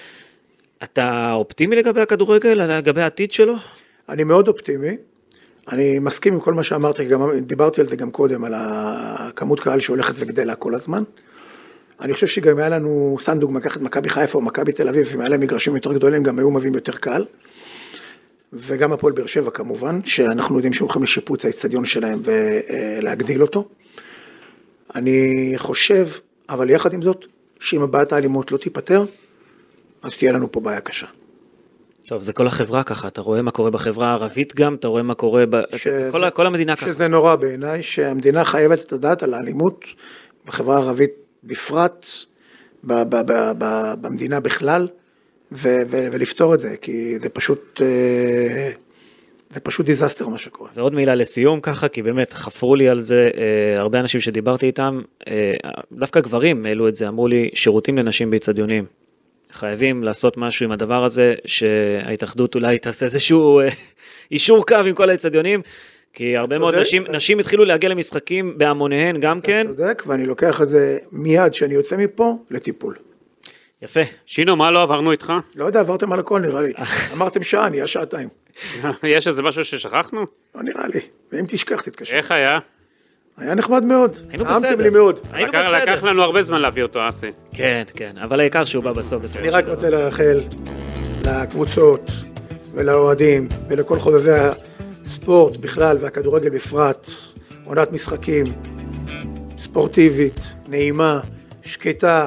אתה אופטימי לגבי הכדורגל, לגבי העתיד שלו? אני מאוד אופטימי, אני מסכים עם כל מה שאמרתי, גם דיברתי על זה גם קודם, על הכמות קהל שהולכת וגדלה כל הזמן. אני חושב שגם היה לנו, סתם דוגמא, לקחת מכבי חיפה או מכבי תל אביב, אם היה להם מגרשים יותר גדולים, גם היו מביאים יותר קהל. וגם הפועל באר שבע כמובן, שאנחנו יודעים שהולכים לשיפוץ האצטדיון שלהם ולהגדיל אותו. אני חושב, אבל יחד עם זאת, שאם הבעיית האלימות לא תיפטר, אז תהיה לנו פה בעיה קשה. טוב, זה כל החברה ככה, אתה רואה מה קורה בחברה הערבית גם, אתה רואה מה קורה, שזה, כל, כל המדינה ככה. שזה נורא בעיניי, שהמדינה חייבת את הדעת על האלימות, בחברה הערבית בפרט, ב, ב, ב, ב, במדינה בכלל, ו, ו, ולפתור את זה, כי זה פשוט, זה פשוט דיזסטר מה שקורה. ועוד מילה לסיום ככה, כי באמת חפרו לי על זה, הרבה אנשים שדיברתי איתם, דווקא גברים העלו את זה, אמרו לי, שירותים לנשים באצטדיונים. חייבים לעשות משהו עם הדבר הזה, שההתאחדות אולי תעשה איזשהו אישור קו עם כל האצטדיונים, כי הרבה מאוד נשים, נשים התחילו להגיע למשחקים בהמוניהן גם כן. אתה צודק, ואני לוקח את זה מיד שאני יוצא מפה לטיפול. יפה. שינו, מה לא עברנו איתך? לא יודע, עברתם על הכל נראה לי. אמרתם שעה, נהיה שעתיים. יש איזה משהו ששכחנו? לא נראה לי, ואם תשכח תתקשר. איך היה? היה נחמד מאוד, אהבתם לי מאוד. לקח לנו הרבה זמן להביא אותו, אסי. כן, כן, אבל העיקר שהוא בא בסוף. אני רק רוצה לאחל לקבוצות ולאוהדים ולכל חובבי הספורט בכלל והכדורגל בפרט, עונת משחקים ספורטיבית, נעימה, שקטה,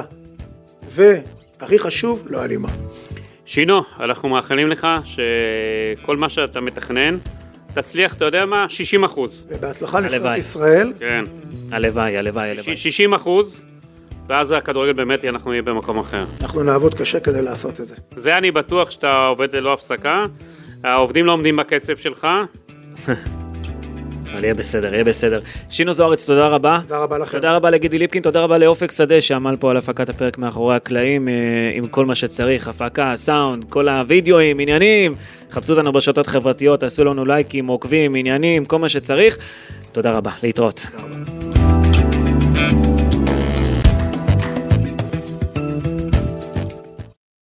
והכי חשוב, לא אלימה. שינו, אנחנו מאחלים לך שכל מה שאתה מתכנן, תצליח, אתה יודע מה? שישים אחוז. ובהצלחה נבחרת ישראל. כן. הלוואי, הלוואי, הלוואי. שישים אחוז, ואז הכדורגל באמת אנחנו נהיה במקום אחר. אנחנו נעבוד קשה כדי לעשות את זה. זה אני בטוח שאתה עובד ללא הפסקה, העובדים לא עומדים בקצב שלך. אבל יהיה בסדר, יהיה בסדר. שינו זוארץ, תודה רבה. תודה רבה לכם. תודה רבה לגידי ליפקין, תודה רבה לאופק שדה שעמל פה על הפקת הפרק מאחורי הקלעים, עם כל מה שצריך, הפקה, סאונד, כל הוידאוים, עניינים. חפשו אותנו ברשתות חברתיות, תעשו לנו לייקים, עוקבים, עניינים, כל מה שצריך. תודה רבה, להתראות. תודה רבה.